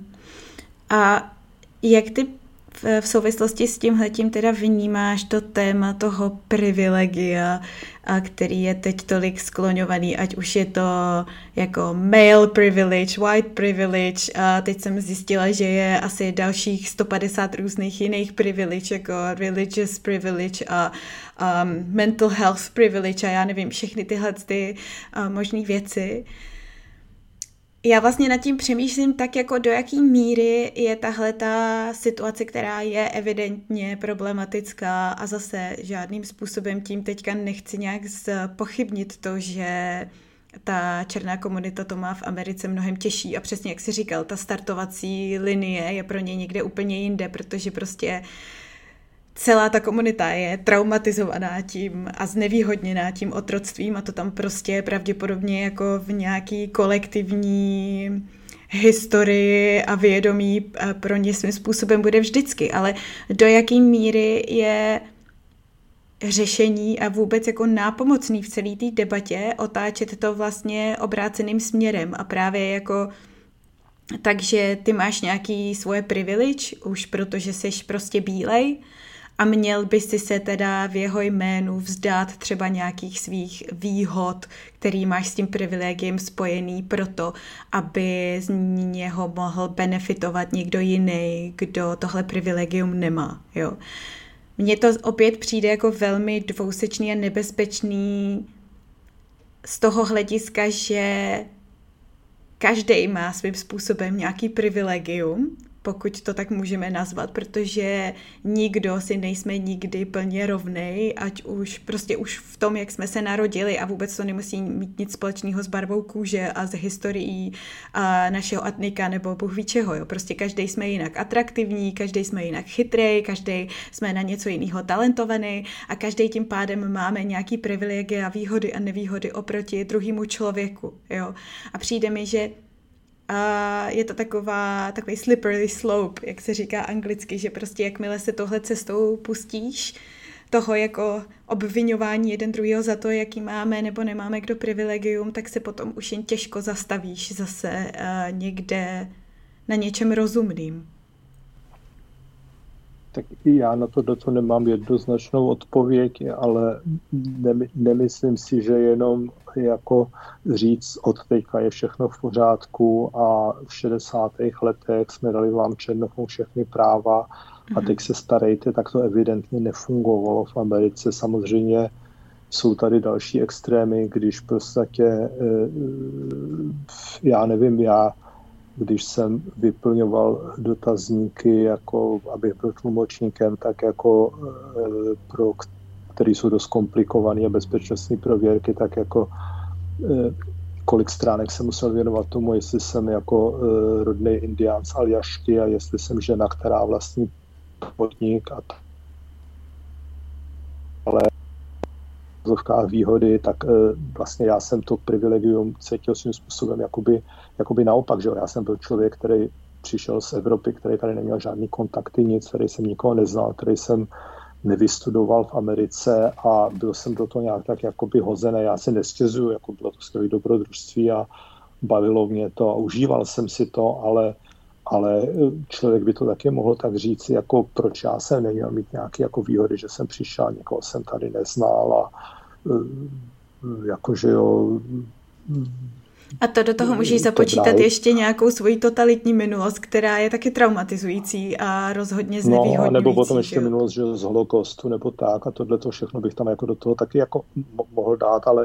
A jak ty v souvislosti s tímhletím teda vnímáš to téma toho privilegia, který je teď tolik skloňovaný, ať už je to jako male privilege, white privilege a teď jsem zjistila, že je asi dalších 150 různých jiných privilege, jako religious privilege a mental health privilege a já nevím, všechny tyhle možné věci. Já vlastně nad tím přemýšlím tak, jako do jaký míry je tahle ta situace, která je evidentně problematická a zase žádným způsobem tím teďka nechci nějak pochybnit to, že ta černá komunita to má v Americe mnohem těžší a přesně jak jsi říkal, ta startovací linie je pro ně někde úplně jinde, protože prostě celá ta komunita je traumatizovaná tím a znevýhodněná tím otroctvím a to tam prostě pravděpodobně jako v nějaký kolektivní historii a vědomí pro ně svým způsobem bude vždycky, ale do jaký míry je řešení a vůbec jako nápomocný v celé té debatě otáčet to vlastně obráceným směrem a právě jako takže ty máš nějaký svoje privilege už protože jsi prostě bílej a měl by si se teda v jeho jménu vzdát třeba nějakých svých výhod, který máš s tím privilegiem spojený proto, aby z něho mohl benefitovat někdo jiný, kdo tohle privilegium nemá. Jo. Mně to opět přijde jako velmi dvousečný a nebezpečný z toho hlediska, že každý má svým způsobem nějaký privilegium, pokud to tak můžeme nazvat, protože nikdo si nejsme nikdy plně rovnej, ať už prostě už v tom, jak jsme se narodili a vůbec to nemusí mít nic společného s barvou kůže a s historií a našeho etnika nebo bůh ví čeho. Jo. Prostě každý jsme jinak atraktivní, každý jsme jinak chytrej, každý jsme na něco jiného talentovaný a každý tím pádem máme nějaký privilegie a výhody a nevýhody oproti druhému člověku. Jo. A přijde mi, že a je to takový slippery slope, jak se říká anglicky, že prostě jakmile se tohle cestou pustíš, toho jako obviňování jeden druhého za to, jaký máme nebo nemáme kdo privilegium, tak se potom už jen těžko zastavíš zase někde na něčem rozumným. Tak i já na to nemám jednoznačnou odpověď, ale nemyslím si, že jenom jako říct od teďka je všechno v pořádku a v 60. letech jsme dali vám černochům všechny práva a teď se starejte, tak to evidentně nefungovalo v Americe. Samozřejmě jsou tady další extrémy, když v podstatě, když jsem vyplňoval dotazníky, jako abych byl tlumočníkem, tak jako pro který jsou dost komplikované a bezpečnostní prověrky, tak jako kolik stránek jsem musel věnovat tomu, jestli jsem jako rodný Indián z Aljašky a jestli jsem žena, která vlastní podnik a ale v výhody, tak vlastně já jsem to privilegium cítil svým způsobem jakoby naopak, že já jsem byl člověk, který přišel z Evropy, který tady neměl žádný kontakty, nic, který jsem nikoho neznal, který jsem nevystudoval v Americe a byl jsem do toho nějak tak jakoby hozený. Já si nestěžuju, jako bylo to skvělé dobrodružství a bavilo mě to a užíval jsem si to, ale člověk by to taky mohl tak říct, jako proč já jsem neměl mít nějaké jako výhody, že jsem přišel, někoho jsem tady neznal a jakože jo. A to do toho můžeš započítat ještě nějakou svoji totalitní minulost, která je taky traumatizující a rozhodně znevýhodňující. No, nebo potom ještě minulost že z holokaustu nebo tak a tohle to všechno bych tam jako do toho taky jako mohl dát, ale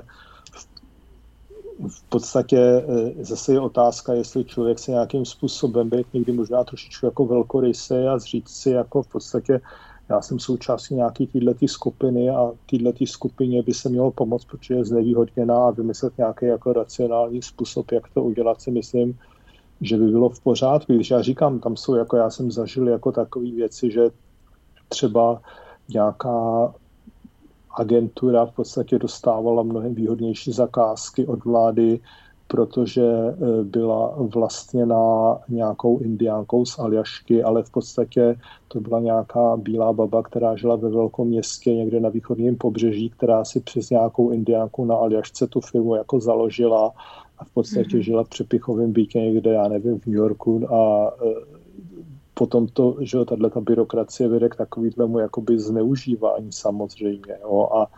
v podstatě zase je otázka, jestli člověk se nějakým způsobem být někdy možná trošičku jako velkorysý a říct si jako v podstatě já jsem součástí nějaký této skupiny a této skupině by se mělo pomoct, protože je znevýhodněná a vymyslet nějaký jako racionální způsob, jak to udělat, si myslím, že by bylo v pořádku. Když já říkám, tam jsou jako já jsem zažil jako takové věci, že třeba nějaká agentura v podstatě dostávala mnohem výhodnější zakázky od vlády, protože byla vlastněná nějakou indiánkou z Aljašky, ale v podstatě to byla nějaká bílá baba, která žila ve velkém městě někde na východním pobřeží, která si přes nějakou indiánku na Aljašce tu firmu jako založila a v podstatě žila v přepichovém bytě někde, já nevím, v New Yorku a potom to, že tato byrokracie vede k takovému jakoby zneužívání samozřejmě. Jo, a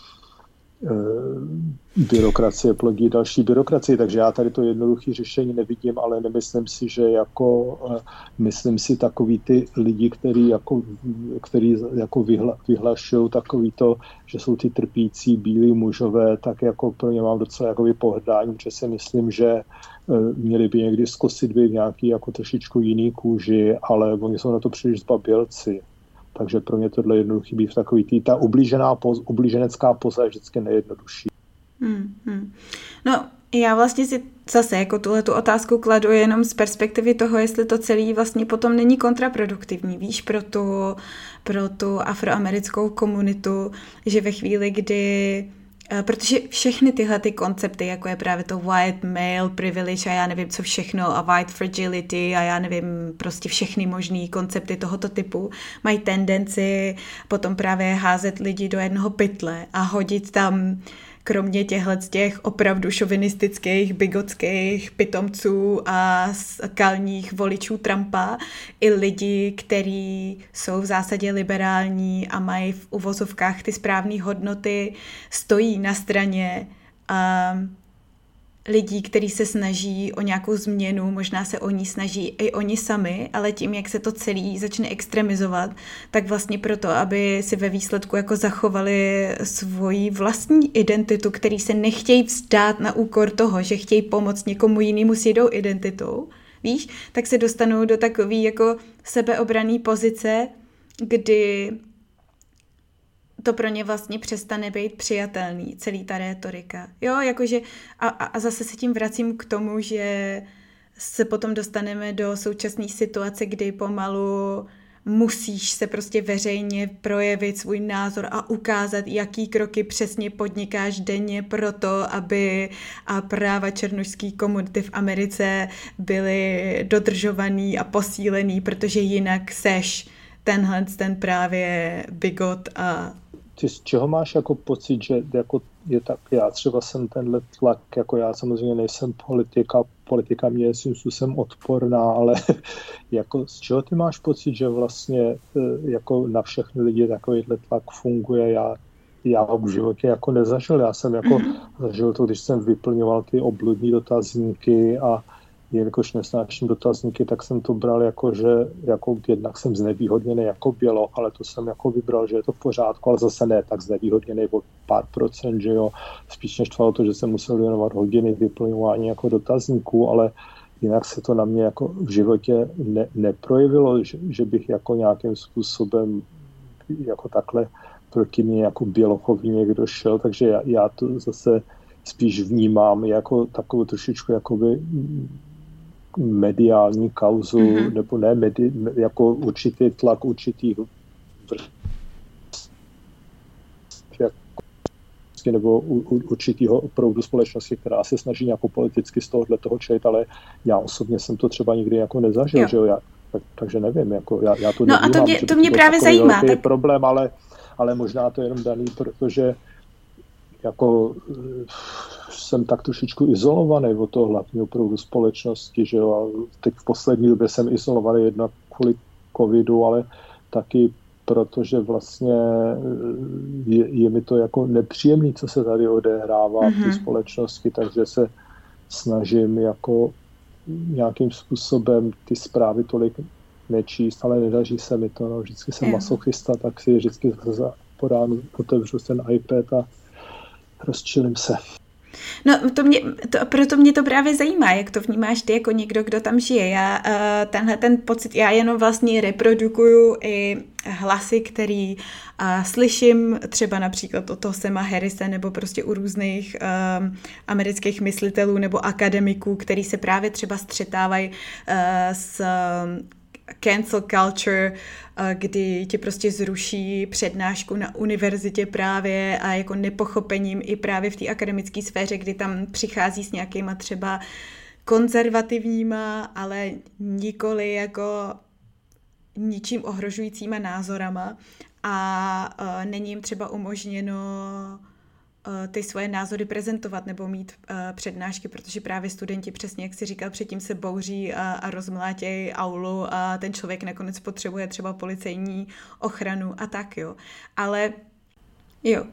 byrokracie plodí další byrokracie, takže já tady to jednoduché řešení nevidím, ale nemyslím si, že jako myslím si takový ty lidi, který vyhlašují takový to, že jsou ty trpící bílí mužové, tak jako pro ně mám docela jakoby pohrdání, protože si myslím, že měli by někdy zkusit být v nějaký jako trošičku jiný kůži, ale oni jsou na to příliš zbabělci. Takže pro mě tohle jednoduchý být takový ta ublíženecká poza je vždycky nejjednodušší. No, já vlastně si zase jako tuhletu otázku kladu jenom z perspektivy toho, jestli to celé vlastně potom není kontraproduktivní, víš, pro tu afroamerickou komunitu, že ve chvíli, kdy protože všechny tyhle ty koncepty, jako je právě to white male privilege a já nevím co všechno a white fragility a já nevím prostě všechny možný koncepty tohoto typu, mají tendenci potom právě házet lidi do jednoho pytle a hodit tam kromě těch opravdu šovinistických, bigotských pitomců a skalních voličů Trumpa i lidi, kteří jsou v zásadě liberální a mají v uvozovkách ty správné hodnoty, stojí na straně lidí, kteří se snaží o nějakou změnu, možná se o ní snaží i oni sami, ale tím, jak se to celý začne extremizovat, tak vlastně proto, aby si ve výsledku jako zachovali svoji vlastní identitu, který se nechtějí vzdát na úkor toho, že chtějí pomoct někomu jinému s jinou identitou, víš, tak se dostanou do takový jako sebeobranný pozice, kdy to pro ně vlastně přestane být přijatelný, celý ta rétorika. Jo, jakože a zase se tím vracím k tomu, že se potom dostaneme do současné situace, kdy pomalu musíš se prostě veřejně projevit svůj názor a ukázat, jaký kroky přesně podnikáš denně pro to, aby práva černošské komunity v Americe byly dodržovaný a posílený, protože jinak seš ten právě bigot a... Ty z čeho máš jako pocit, že jako je tak, já třeba jsem tenhle tlak, jako já samozřejmě nejsem politika mě je svým způsobem odporná, ale jako z čeho ty máš pocit, že vlastně jako na všechny lidi takovýhle tlak funguje? Já ho v životě jako nezažil, já jsem jako zažil to, když jsem vyplňoval ty obludní dotazníky a jelikož nesnáším dotazníky, tak jsem to bral jako, že jako jednak jsem znevýhodněný jako běloch, ale to jsem jako vybral, že je to v pořádku, ale zase ne tak znevýhodněný o pár procent, že jo. Spíš než trvalo to, že jsem musel věnovat hodiny vyplňování jako dotazníků, ale jinak se to na mě jako v životě neprojevilo, že bych jako nějakým způsobem jako takhle proti mě jako bělochovi někdo šel, takže já to zase spíš vnímám jako takovou trošičku jakoby mediální kauzu, nebo ne, jako určitý tlak určitých nebo určitého proudu společnosti, která se snaží nějakou politicky z tohohle toho čelit, ale já osobně jsem to třeba nikdy jako nezažil, že jo, takže nevím, jako já to nevnímám, a to mě právě zajímá. Tak... problém, ale možná to je jenom daný, protože jako jsem tak trošičku izolovaný od toho hlavního proudu společnosti, že jo, a teď v poslední době jsem izolovaný jednak kvůli covidu, ale taky protože vlastně je mi to jako nepříjemný, co se tady odehrává v té společnosti, takže se snažím jako nějakým způsobem ty zprávy tolik nečíst, ale nedaří se mi to, no, vždycky jsem masochista, tak si vždycky po ránu otevřu ten iPad a rozčilím se. No, proto mě to právě zajímá, jak to vnímáš ty jako někdo, kdo tam žije. Já tenhle ten pocit, já jenom vlastně reprodukuju i hlasy, který slyším třeba například od toho Sama Harrise nebo prostě u různých amerických myslitelů nebo akademiků, který se právě třeba střetávají s cancel culture, kdy ti prostě zruší přednášku na univerzitě právě a jako nepochopením i právě v té akademické sféře, kdy tam přichází s nějakýma třeba konzervativníma, ale nikoli jako ničím ohrožujícíma názorama a není jim třeba umožněno ty svoje názory prezentovat nebo mít přednášky, protože právě studenti, přesně jak jsi říkal, předtím se bouří a rozmlátějí aulu a ten člověk nakonec potřebuje třeba policejní ochranu a tak, jo. Ale jo.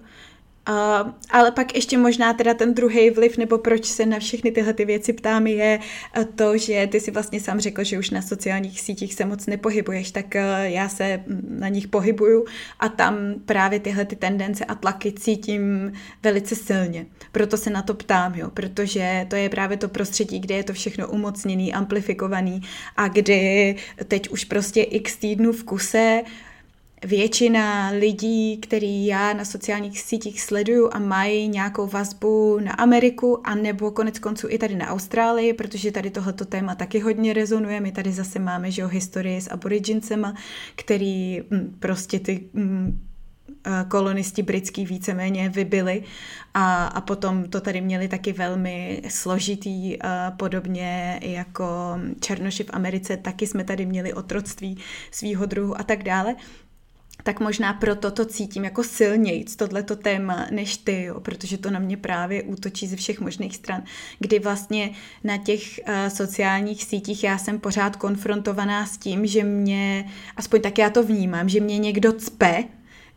Ale pak ještě možná teda ten druhý vliv, nebo proč se na všechny tyhle ty věci ptám, je to, že ty si vlastně sám řekl, že už na sociálních sítích se moc nepohybuješ, tak já se na nich pohybuju a tam právě tyhle ty tendence a tlaky cítím velice silně. Proto se na to ptám, jo, protože to je právě to prostředí, kde je to všechno umocněný, amplifikovaný a kdy teď už prostě x týdnů v kuse většina lidí, který já na sociálních sítích sleduju a mají nějakou vazbu na Ameriku a nebo konec konců i tady na Austrálii, protože tady tohleto téma taky hodně rezonuje. My tady zase máme, že jo, historii s aborigincema, který prostě ty kolonisti britský víceméně vybili a potom to tady měli taky velmi složitý, podobně jako černoši v Americe, taky jsme tady měli otroctví svýho druhu a tak dále. Tak možná proto to cítím jako silnějc, tohleto téma, než ty, jo, protože to na mě právě útočí ze všech možných stran, kdy vlastně na těch sociálních sítích já jsem pořád konfrontovaná s tím, že mě, aspoň tak já to vnímám, že mě někdo cpe,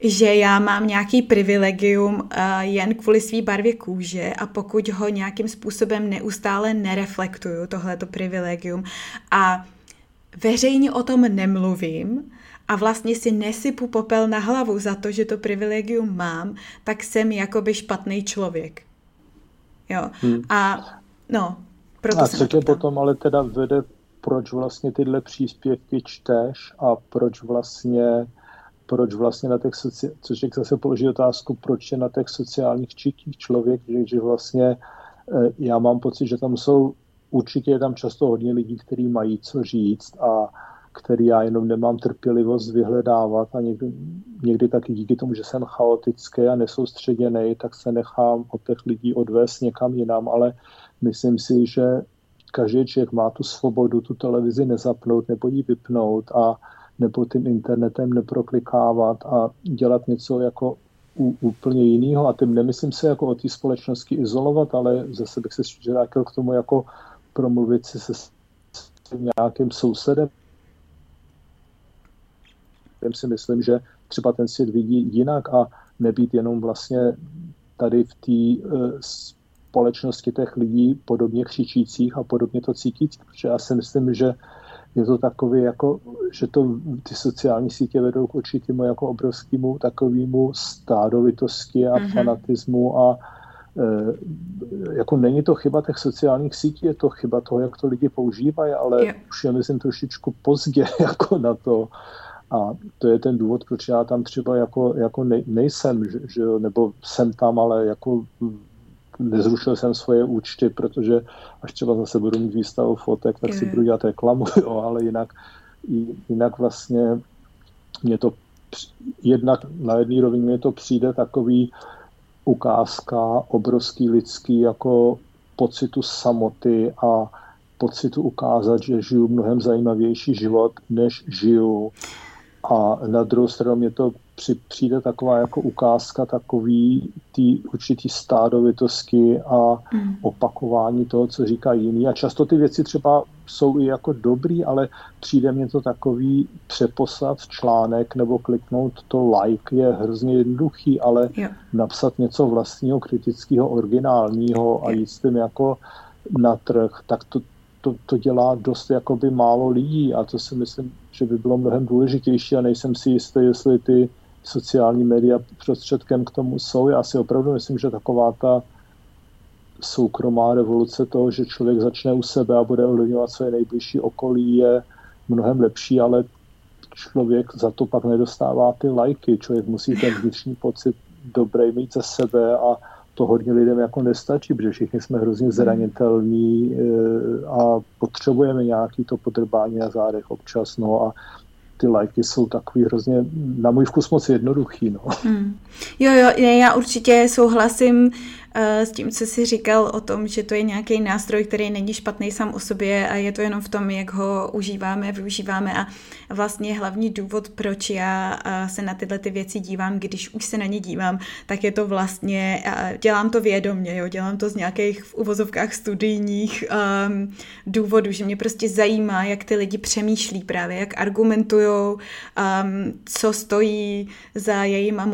že já mám nějaký privilegium jen kvůli své barvě kůže a pokud ho nějakým způsobem neustále nereflektuju, tohleto privilegium a veřejně o tom nemluvím a vlastně si nesypu popel na hlavu za to, že to privilegium mám, tak jsem jakoby špatný člověk. Jo. A no, proto a jsem co tě potom ale teda vede, proč vlastně tyhle příspěvky čteš a proč vlastně na těch což zase položí otázku, proč je na těch sociálních čítích člověk, že vlastně já mám pocit, že tam jsou, určitě je tam často hodně lidí, kteří mají co říct a který já jenom nemám trpělivost vyhledávat a někdy taky díky tomu, že jsem chaotický a nesoustředěný, tak se nechám od těch lidí odvést někam jinam, ale myslím si, že každý člověk má tu svobodu, tu televizi nezapnout nebo ji vypnout a nebo tím internetem neproklikávat a dělat něco jako úplně jiného. A tím nemyslím se jako o té společnosti izolovat, ale zase bych se vrátil k tomu jako promluvit si se nějakým sousedem. Já si myslím, že třeba ten svět vidí jinak a nebýt jenom vlastně tady v té společnosti těch lidí podobně křičících a podobně to cítících, protože já si myslím, že je to takový, jako, že ty sociální sítě vedou k určitému jako obrovskému takovému stádovitosti a fanatismu a jako není to chyba těch sociálních sítí, je to chyba toho, jak to lidi používají, ale už je myslím trošičku pozdě jako na to. A to je ten důvod, proč já tam třeba jako nejsem, že, nebo jsem tam, ale jako nezrušil jsem svoje účty, protože až třeba zase budu mít výstavu fotek, tak si budu dělat reklamu, jo, ale jinak vlastně mě to jednak na jedné rovině mě to přijde takový ukázka obrovský lidský jako pocitu samoty a pocitu ukázat, že žiju mnohem zajímavější život, než žiju. A na druhou stranu mě to přijde taková jako ukázka takový ty určitý stádovitosti a opakování toho, co říká jiný. A často ty věci třeba jsou i jako dobrý, ale přijde mně to takový přeposlat článek nebo kliknout to like je hrozně jednoduchý, ale napsat něco vlastního, kritického, originálního a jít s tím jako na trh, tak to dělá dost jakoby málo lidí a to si myslím, že by bylo mnohem důležitější a nejsem si jistý, jestli ty sociální média prostředkem k tomu jsou. Já si opravdu myslím, že taková ta soukromá revoluce toho, že člověk začne u sebe a bude ovlivňovat své nejbližší okolí, je mnohem lepší, ale člověk za to pak nedostává ty lajky. Člověk musí ten vnitřní pocit dobrý mít ze sebe a to hodně lidem jako nestačí, protože všichni jsme hrozně zranitelní a potřebujeme nějaký to podrbání na zádech občas, no a ty lajky jsou takový hrozně, na můj vkus moc jednoduchý, no. Jo, já určitě souhlasím s tím, co jsi říkal o tom, že to je nějaký nástroj, který není špatný sám o sobě a je to jenom v tom, jak ho užíváme, využíváme a vlastně hlavní důvod, proč já se na tyhle ty věci dívám, když už se na ně dívám, tak je to vlastně, dělám to vědomě, jo, dělám to z nějakých v uvozovkách studijních důvodů, že mě prostě zajímá, jak ty lidi přemýšlí právě, jak argumentujou, co stojí za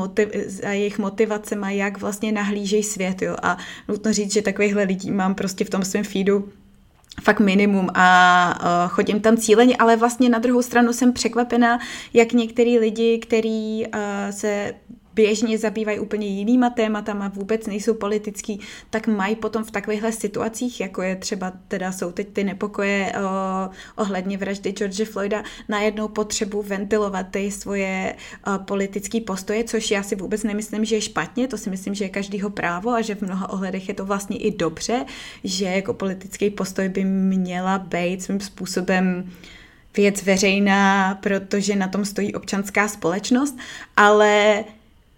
jejich motivacema, jak vlastně nahlížejí svět, jo. A nutno říct, že takovýchhle lidí mám prostě v tom svém feedu fakt minimum a chodím tam cíleně, ale vlastně na druhou stranu jsem překvapená, jak některý lidi, kteří se běžně zabývají úplně jinýma tématama, vůbec nejsou politický, tak mají potom v takovýchhle situacích, jako je třeba, teda jsou teď ty nepokoje ohledně vraždy George Floyda, najednou potřebu ventilovat ty svoje politické postoje, což já si vůbec nemyslím, že je špatně, to si myslím, že je každýho právo a že v mnoha ohledech je to vlastně i dobře, že jako politický postoj by měla být svým způsobem věc veřejná, protože na tom stojí občanská společnost, ale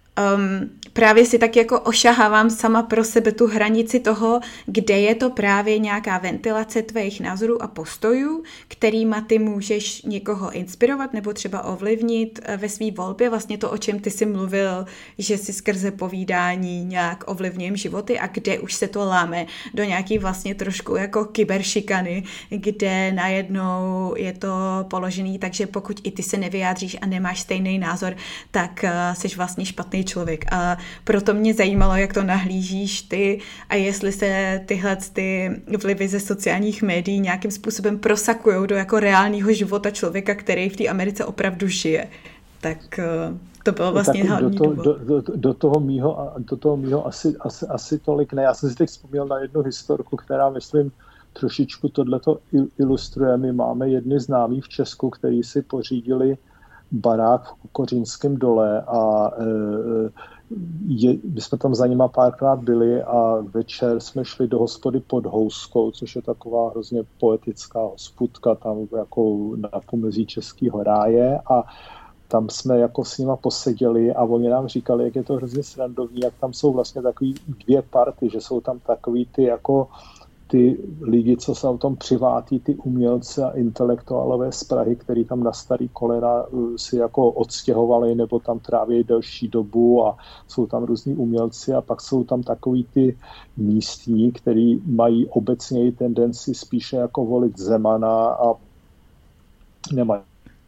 právě si tak jako ošahávám sama pro sebe tu hranici toho, kde je to právě nějaká ventilace tvých názorů a postojů, kterýma ty můžeš někoho inspirovat nebo třeba ovlivnit ve své volbě. Vlastně to, o čem ty jsi mluvil, že si skrze povídání nějak ovlivňujeme životy a kde už se to láme do nějaký vlastně trošku jako kyberšikany, kde najednou je to položený, takže pokud i ty se nevyjádříš a nemáš stejný názor, tak jsi vlastně špatný člověk. A proto mě zajímalo, jak to nahlížíš ty a jestli se tyhle ty vlivy ze sociálních médií nějakým způsobem prosakujou do jako reálného života člověka, který v té Americe opravdu žije. Tak to bylo vlastně hlavní důvod. Do toho mýho asi tolik ne. Já jsem si teď vzpomněl na jednu historku, která, myslím, trošičku tohleto ilustruje. My máme jedny známí v Česku, který si pořídili barák v Kořínském dole a my jsme tam za nima párkrát byli a večer jsme šli do hospody pod Houskou, což je taková hrozně poetická hospodka tam jako na pomezí Českého ráje a tam jsme jako s nima poseděli a oni nám říkali, jak je to hrozně srandovní, jak tam jsou vlastně takový dvě party, že jsou tam takový ty jako ty lidi, co se o tom přivátí, ty umělci a intelektuálové z Prahy, který tam na starý kolena si jako odstěhovali nebo tam tráví delší dobu a jsou tam různí umělci a pak jsou tam takový ty místní, který mají obecněji tendenci spíše jako volit Zemana a nemají.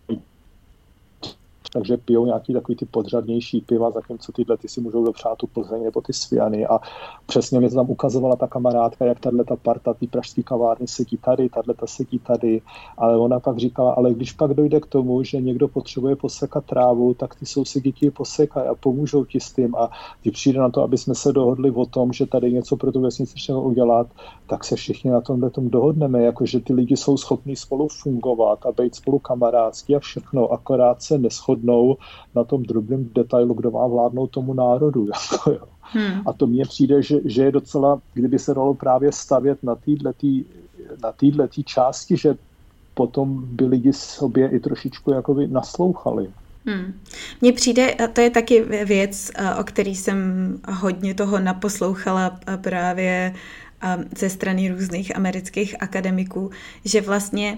Takže pijou nějaký takový ty podřadnější piva, zatímco tyhle ty si můžou dopřát tu Plzeň nebo ty Sviany. A přesně mi to tam ukazovala ta kamarádka, jak tato parta, ty pražský kavárny sedí tady, tato sedí tady. Ale ona pak říkala, ale když pak dojde k tomu, že někdo potřebuje posekat trávu, tak ty sousedi ti posekají a pomůžou ti s tím. A když přijde na to, aby jsme se dohodli o tom, že tady něco pro tu vesnici třeba udělat, tak se všichni na tomhle tom dohodneme, jakože ty lidi jsou schopní spolu fungovat a být spolu kamarádský a všechno, akorát se neshodnou na tom drobném detailu, kdo má vládnout tomu národu. Jako, jo. A to mně přijde, že je docela, kdyby se dalo právě stavět na této části, že potom by lidi sobě i trošičku jakoby naslouchali. Mně přijde, a to je taky věc, o který jsem hodně toho naposlouchala právě ze strany různých amerických akademiků, že vlastně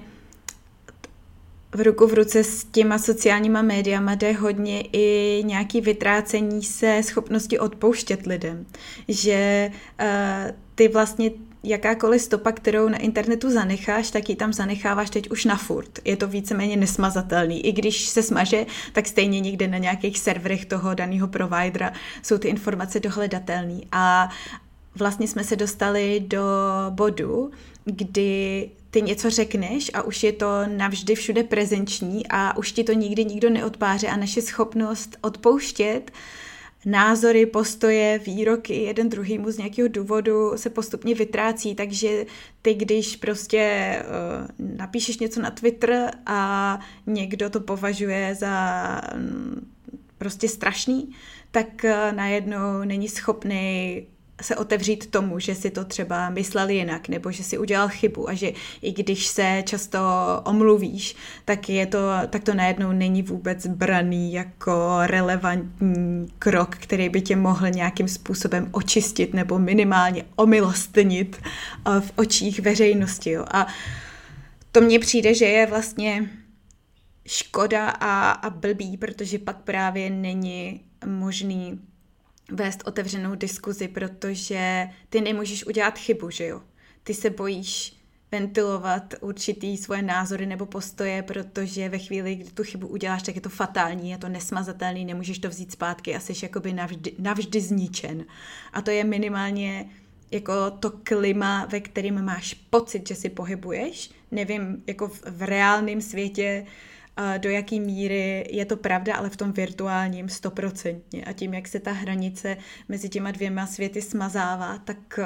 v ruku v ruce s těma sociálníma médiama jde hodně i nějaký vytrácení se schopnosti odpouštět lidem. Že ty vlastně jakákoliv stopa, kterou na internetu zanecháš, tak ji tam zanecháváš teď už na furt. Je to víceméně nesmazatelný. I když se smaže, tak stejně někde na nějakých serverech toho daného providera jsou ty informace dohledatelné. A vlastně jsme se dostali do bodu, kdy ty něco řekneš a už je to navždy všude prezenční a už ti to nikdy nikdo neodpáře a naše schopnost odpouštět názory, postoje, výroky jeden druhýmu z nějakého důvodu se postupně vytrácí, takže ty, když prostě napíšeš něco na Twitter a někdo to považuje za prostě strašný, tak najednou není schopný se otevřít tomu, že si to třeba myslel jinak, nebo že si udělal chybu a že i když se často omluvíš, tak to najednou není vůbec braný jako relevantní krok, který by tě mohl nějakým způsobem očistit nebo minimálně omilostnit v očích veřejnosti. Jo. A to mně přijde, že je vlastně škoda a blbý, protože pak právě není možný vést otevřenou diskuzi, protože ty nemůžeš udělat chybu, že jo? Ty se bojíš ventilovat určitý svoje názory nebo postoje, protože ve chvíli, kdy tu chybu uděláš, tak je to fatální, je to nesmazatelný, nemůžeš to vzít zpátky a jsi jakoby navždy zničen. A to je minimálně jako to klima, ve kterém máš pocit, že si pohybuješ. Nevím, jako v reálném světě, do jaký míry je to pravda, ale v tom virtuálním 100%. A tím, jak se ta hranice mezi těma dvěma světy smazává, tak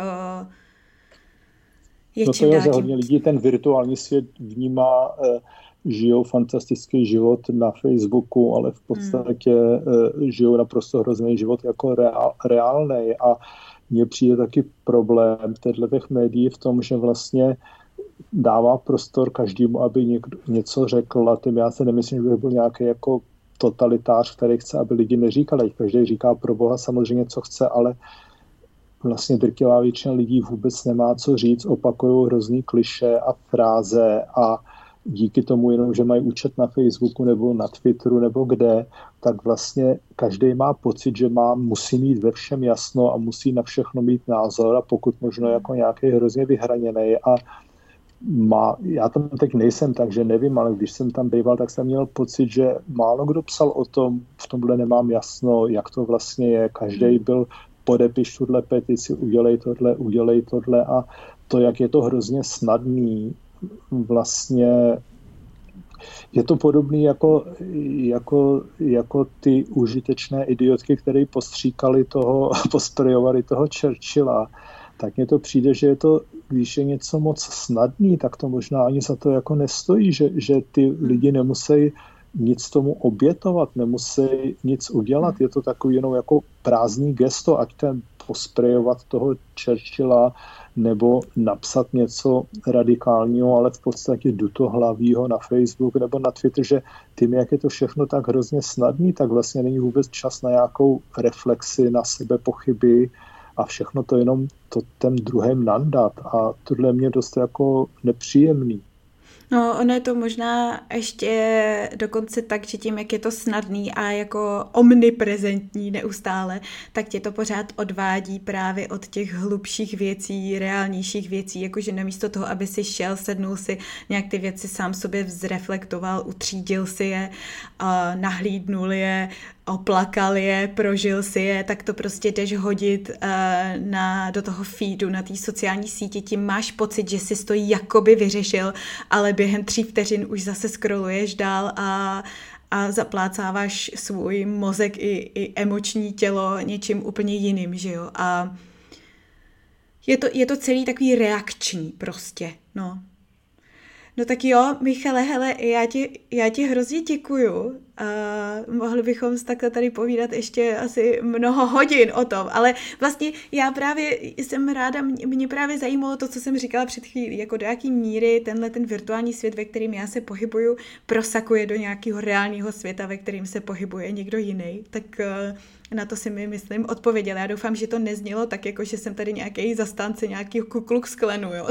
je čím dál tím. Hodně lidí ten virtuální svět vnímá, žijou fantastický život na Facebooku, ale v podstatě žijou naprosto hrozný život jako reálnej. A mně přijde taky problém těch médií v tom, že vlastně dává prostor každému, aby něco řekl, a tím já se nemyslím, že by byl nějaký jako totalitář, který chce, aby lidi neříkali. Každý říká pro Boha samozřejmě, co chce, ale vlastně drtivá většina lidí vůbec nemá co říct, opakují hrozný klišé a fráze a díky tomu jenom, že mají účet na Facebooku nebo na Twitteru nebo kde, tak vlastně každý má pocit, že musí mít ve všem jasno a musí na všechno mít názor a pokud možno jako nějaký hrozně vyhraněný a já tam teď nejsem, takže nevím, ale když jsem tam býval, tak jsem měl pocit, že málo kdo psal o tom, v tomhle nemám jasno, jak to vlastně je. Každý byl podepiš tuhle petici, udělej tohle a to, jak je to hrozně snadný, vlastně je to podobný jako ty užitečné idiotky, které posprejovali toho Churchilla. Tak mně to přijde, že je to, když je něco moc snadný, tak to možná ani za to jako nestojí, že ty lidi nemusí nic tomu obětovat, nemusí nic udělat. Je to takový jenom jako prázdný gesto, ať ten posprejovat toho Churchilla nebo napsat něco radikálního, ale v podstatě dutohlavýho na Facebook nebo na Twitter, že tím, jak je to všechno tak hrozně snadný, tak vlastně není vůbec čas na nějakou reflexi, na sebe pochyby a všechno to jenom ten druhým nandat. A tohle mě dost jako nepříjemný. No, ono je to možná ještě dokonce tak, že tím, jak je to snadný a jako omniprezentní neustále, tak tě to pořád odvádí právě od těch hlubších věcí, reálnějších věcí, jakože namísto toho, aby si šel, sednul si, nějak ty věci sám sobě vzreflektoval, utřídil si je, nahlídnul je, oplakal je, prožil si je, tak to prostě jdeš hodit do toho feedu, na té sociální síti, tím máš pocit, že jsi to jakoby vyřešil, ale během 3 vteřin už zase scrolluješ dál a zaplácáváš svůj mozek i emoční tělo něčím úplně jiným, že jo? A je to celý takový reakční prostě, no. No tak jo, Michale, hele, já ti hrozně děkuju. Mohli bychom takhle tady povídat ještě asi mnoho hodin o tom, ale vlastně já právě jsem ráda, mě právě zajímalo to, co jsem říkala před chvílí, jako do jaký míry ten virtuální svět, ve kterým já se pohybuju, prosakuje do nějakého reálného světa, ve kterým se pohybuje někdo jiný. Tak na to si mi, myslím, odpověděla. Já doufám, že to neznělo tak, jako že jsem tady nějaký zastánce nějakého Ku Klux Klanu, jo.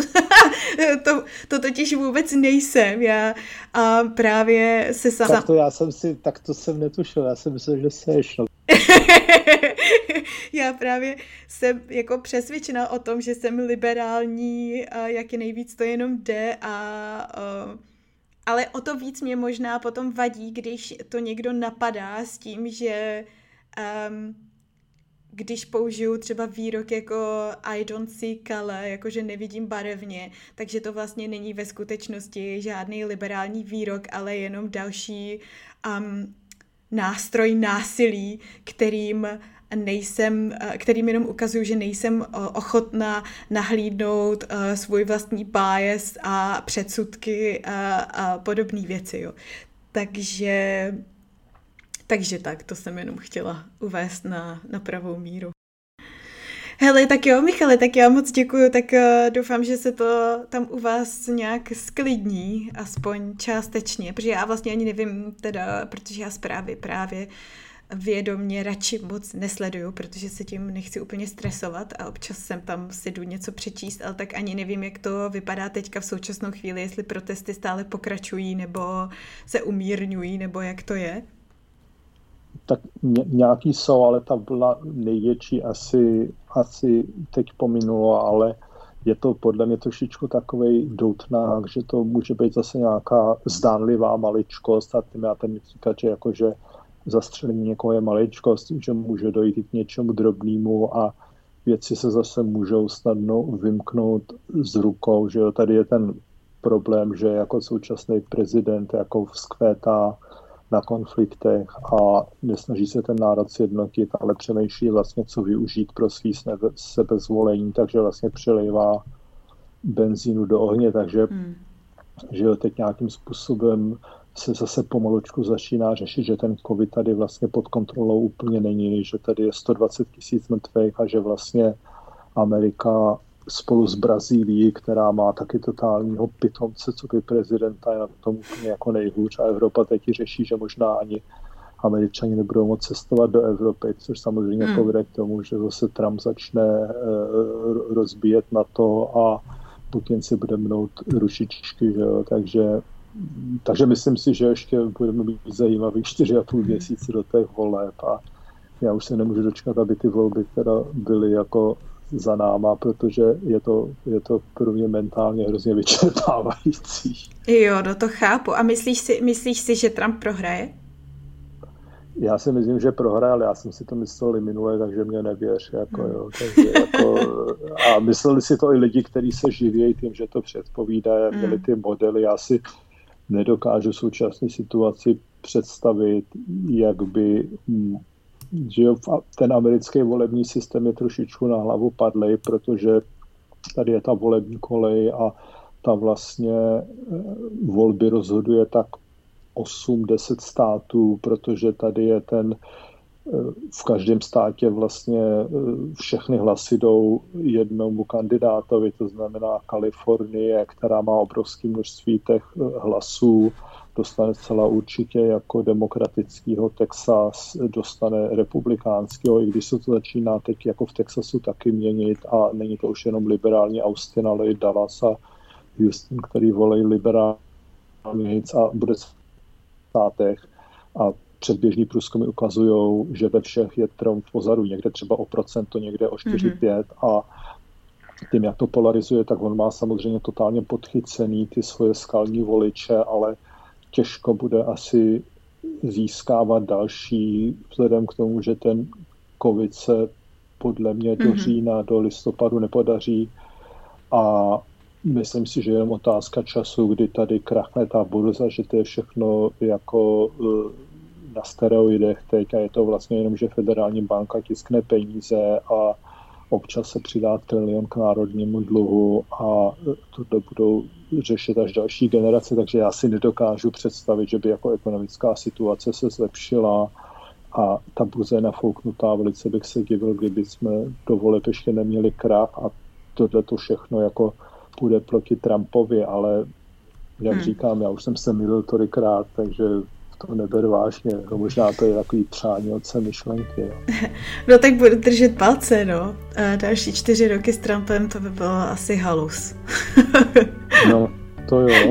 to totiž vůbec nejsem. Já právě se sama... Tak to jsem netušil, já jsem myslel, že seš. Já právě jsem jako přesvědčena o tom, že jsem liberální, jak je nejvíc to jenom jde ale o to víc mě možná potom vadí, když to někdo napadá s tím, že když použiju třeba výrok jako I don't see color, jakože nevidím barevně, takže to vlastně není ve skutečnosti žádný liberální výrok, ale jenom další nástroj násilí, kterým jenom ukazuju, že nejsem ochotná nahlídnout svůj vlastní bias a předsudky a podobné věci. Jo. Takže tak, to jsem jenom chtěla uvést na pravou míru. Hele, tak jo, Michale, tak já moc děkuju, tak doufám, že se to tam u vás nějak sklidní, aspoň částečně, protože já vlastně ani nevím teda, protože já zprávy právě vědomě radši moc nesleduju, protože se tím nechci úplně stresovat a občas jsem tam si jdu něco přečíst, ale tak ani nevím, jak to vypadá teďka v současnou chvíli, jestli protesty stále pokračují nebo se umírňují, nebo jak to je. Tak nějaký jsou, ale ta vlna největší asi teď pominula, ale je to podle mě trošičku takovej doutnák, že to může být zase nějaká zdánlivá maličkost a tím já ten říkat, že jakože zastřelení někoho je maličkost, že může dojít i k něčemu drobnému a věci se zase můžou snadno vymknout z rukou, že jo, tady je ten problém, že jako současný prezident jako vzkvétá na konfliktech a nesnaží se ten národ sjednotit, ale přemýšlí vlastně, co využít pro svý sebezvolení, takže vlastně přilejvá benzínu do ohně, takže že jo, teď nějakým způsobem se zase pomalučku začíná řešit, že ten covid tady vlastně pod kontrolou úplně není, že tady je 120 000 mrtvých a že vlastně Amerika spolu s Brazílií, která má taky totálního pitomce, co by prezidenta, je na tom úplně jako nejhůř a Evropa teď řeší, že možná ani Američani nebudou moct cestovat do Evropy, což samozřejmě povede k tomu, že zase Trump začne rozbíjet NATO a Putin si bude mnout rušičky, že jo? Takže myslím si, že ještě budeme mít zajímavých 4,5 měsíce do těch voleb a já už se nemůžu dočkat, aby ty volby teda byly jako za náma, protože je to pro mě mentálně hrozně vyčerpávající. Jo, no to chápu. A myslíš si, že Trump prohraje? Já si myslím, že prohraje, ale já jsem si to myslel i minule, takže mě nevěř. A mysleli si to i lidi, kteří se živějí tím, že to předpovídají, měli ty modely. Já si nedokážu současné situaci představit, jak by... že ten americký volební systém je trošičku na hlavu padlej, protože tady je ta volební kolej a ta vlastně volby rozhoduje tak 8-10 států, protože tady je v každém státě vlastně všechny hlasy jdou jednomu kandidátovi, to znamená Kalifornie, která má obrovské množství těch hlasů, dostane zcela určitě jako demokratického, Texas dostane republikánského, i když se to začíná teď jako v Texasu taky měnit a není to už jenom liberální Austin, ale i Dallas a Houston, který volí liberální a bude v státech a předběžní průzkumy ukazují, že ve všech je Trump pozadu, někde třeba o procento, někde o 4-5 a tím, jak to polarizuje, tak on má samozřejmě totálně podchycený ty svoje skalní voliče, ale těžko bude asi získávat další, vzhledem k tomu, že ten covid se podle mě do října, do listopadu nepodaří a myslím si, že je jen otázka času, kdy tady krachne ta burza, že to je všechno jako na steroidech teď a je to vlastně jenom, že federální banka tiskne peníze a občas se přidá trilion k národnímu dluhu a to budou řešit až další generace, takže já si nedokážu představit, že by jako ekonomická situace se zlepšila a ta burza je nafouknutá. Velice bych se divil, kdyby jsme do voleb ještě neměli krach a tohle to všechno jako půjde proti Trumpovi, ale jak říkám, já už jsem se mýlil tolikrát, takže to neber vážně. No, možná to je takový přání otce myšlenky. Jo. No tak budu držet palce, no. A další 4 roky s Trumpem, to by bylo asi halus. No, to jo.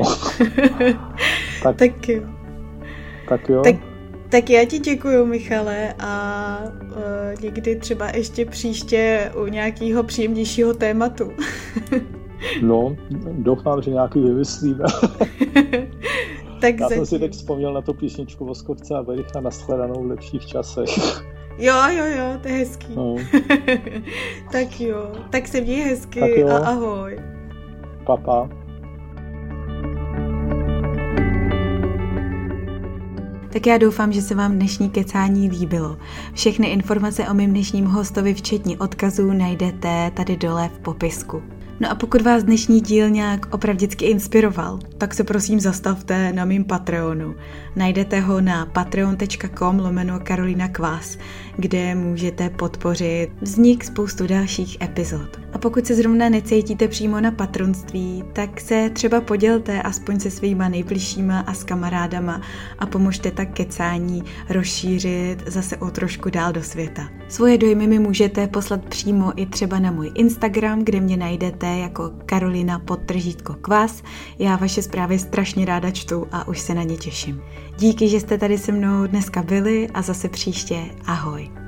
Tak jo. Tak jo. Tak já ti děkuju, Michale, a někdy třeba ještě příště u nějakého příjemnějšího tématu. No, doufám, že nějaký vymyslíme. Tak já jsem si teď vzpomněl na tu písničku Voskovce a Bericha, nashledanou v lepších časech. Jo, to je hezký. No. Tak jo, tak se měj hezky a ahoj. Pa. Tak já doufám, že se vám dnešní kecání líbilo. Všechny informace o mém dnešním hostovi, včetně odkazů, najdete tady dole v popisku. No a pokud vás dnešní díl nějak opravdicky inspiroval, tak se prosím zastavte na mým Patreonu. Najdete ho na patreon.com/Karolina Kvás, kde můžete podpořit vznik spoustu dalších epizod. A pokud se zrovna necítíte přímo na patronství, tak se třeba podělte aspoň se svýma nejbližšíma a s kamarádama a pomožte tak kecání rozšířit zase o trošku dál do světa. Svoje dojmy mi můžete poslat přímo i třeba na můj Instagram, kde mě najdete jako Karolina_Kvás. Já vaše zprávy strašně ráda čtu a už se na ně těším. Díky, že jste tady se mnou dneska byli a zase příště. Ahoj.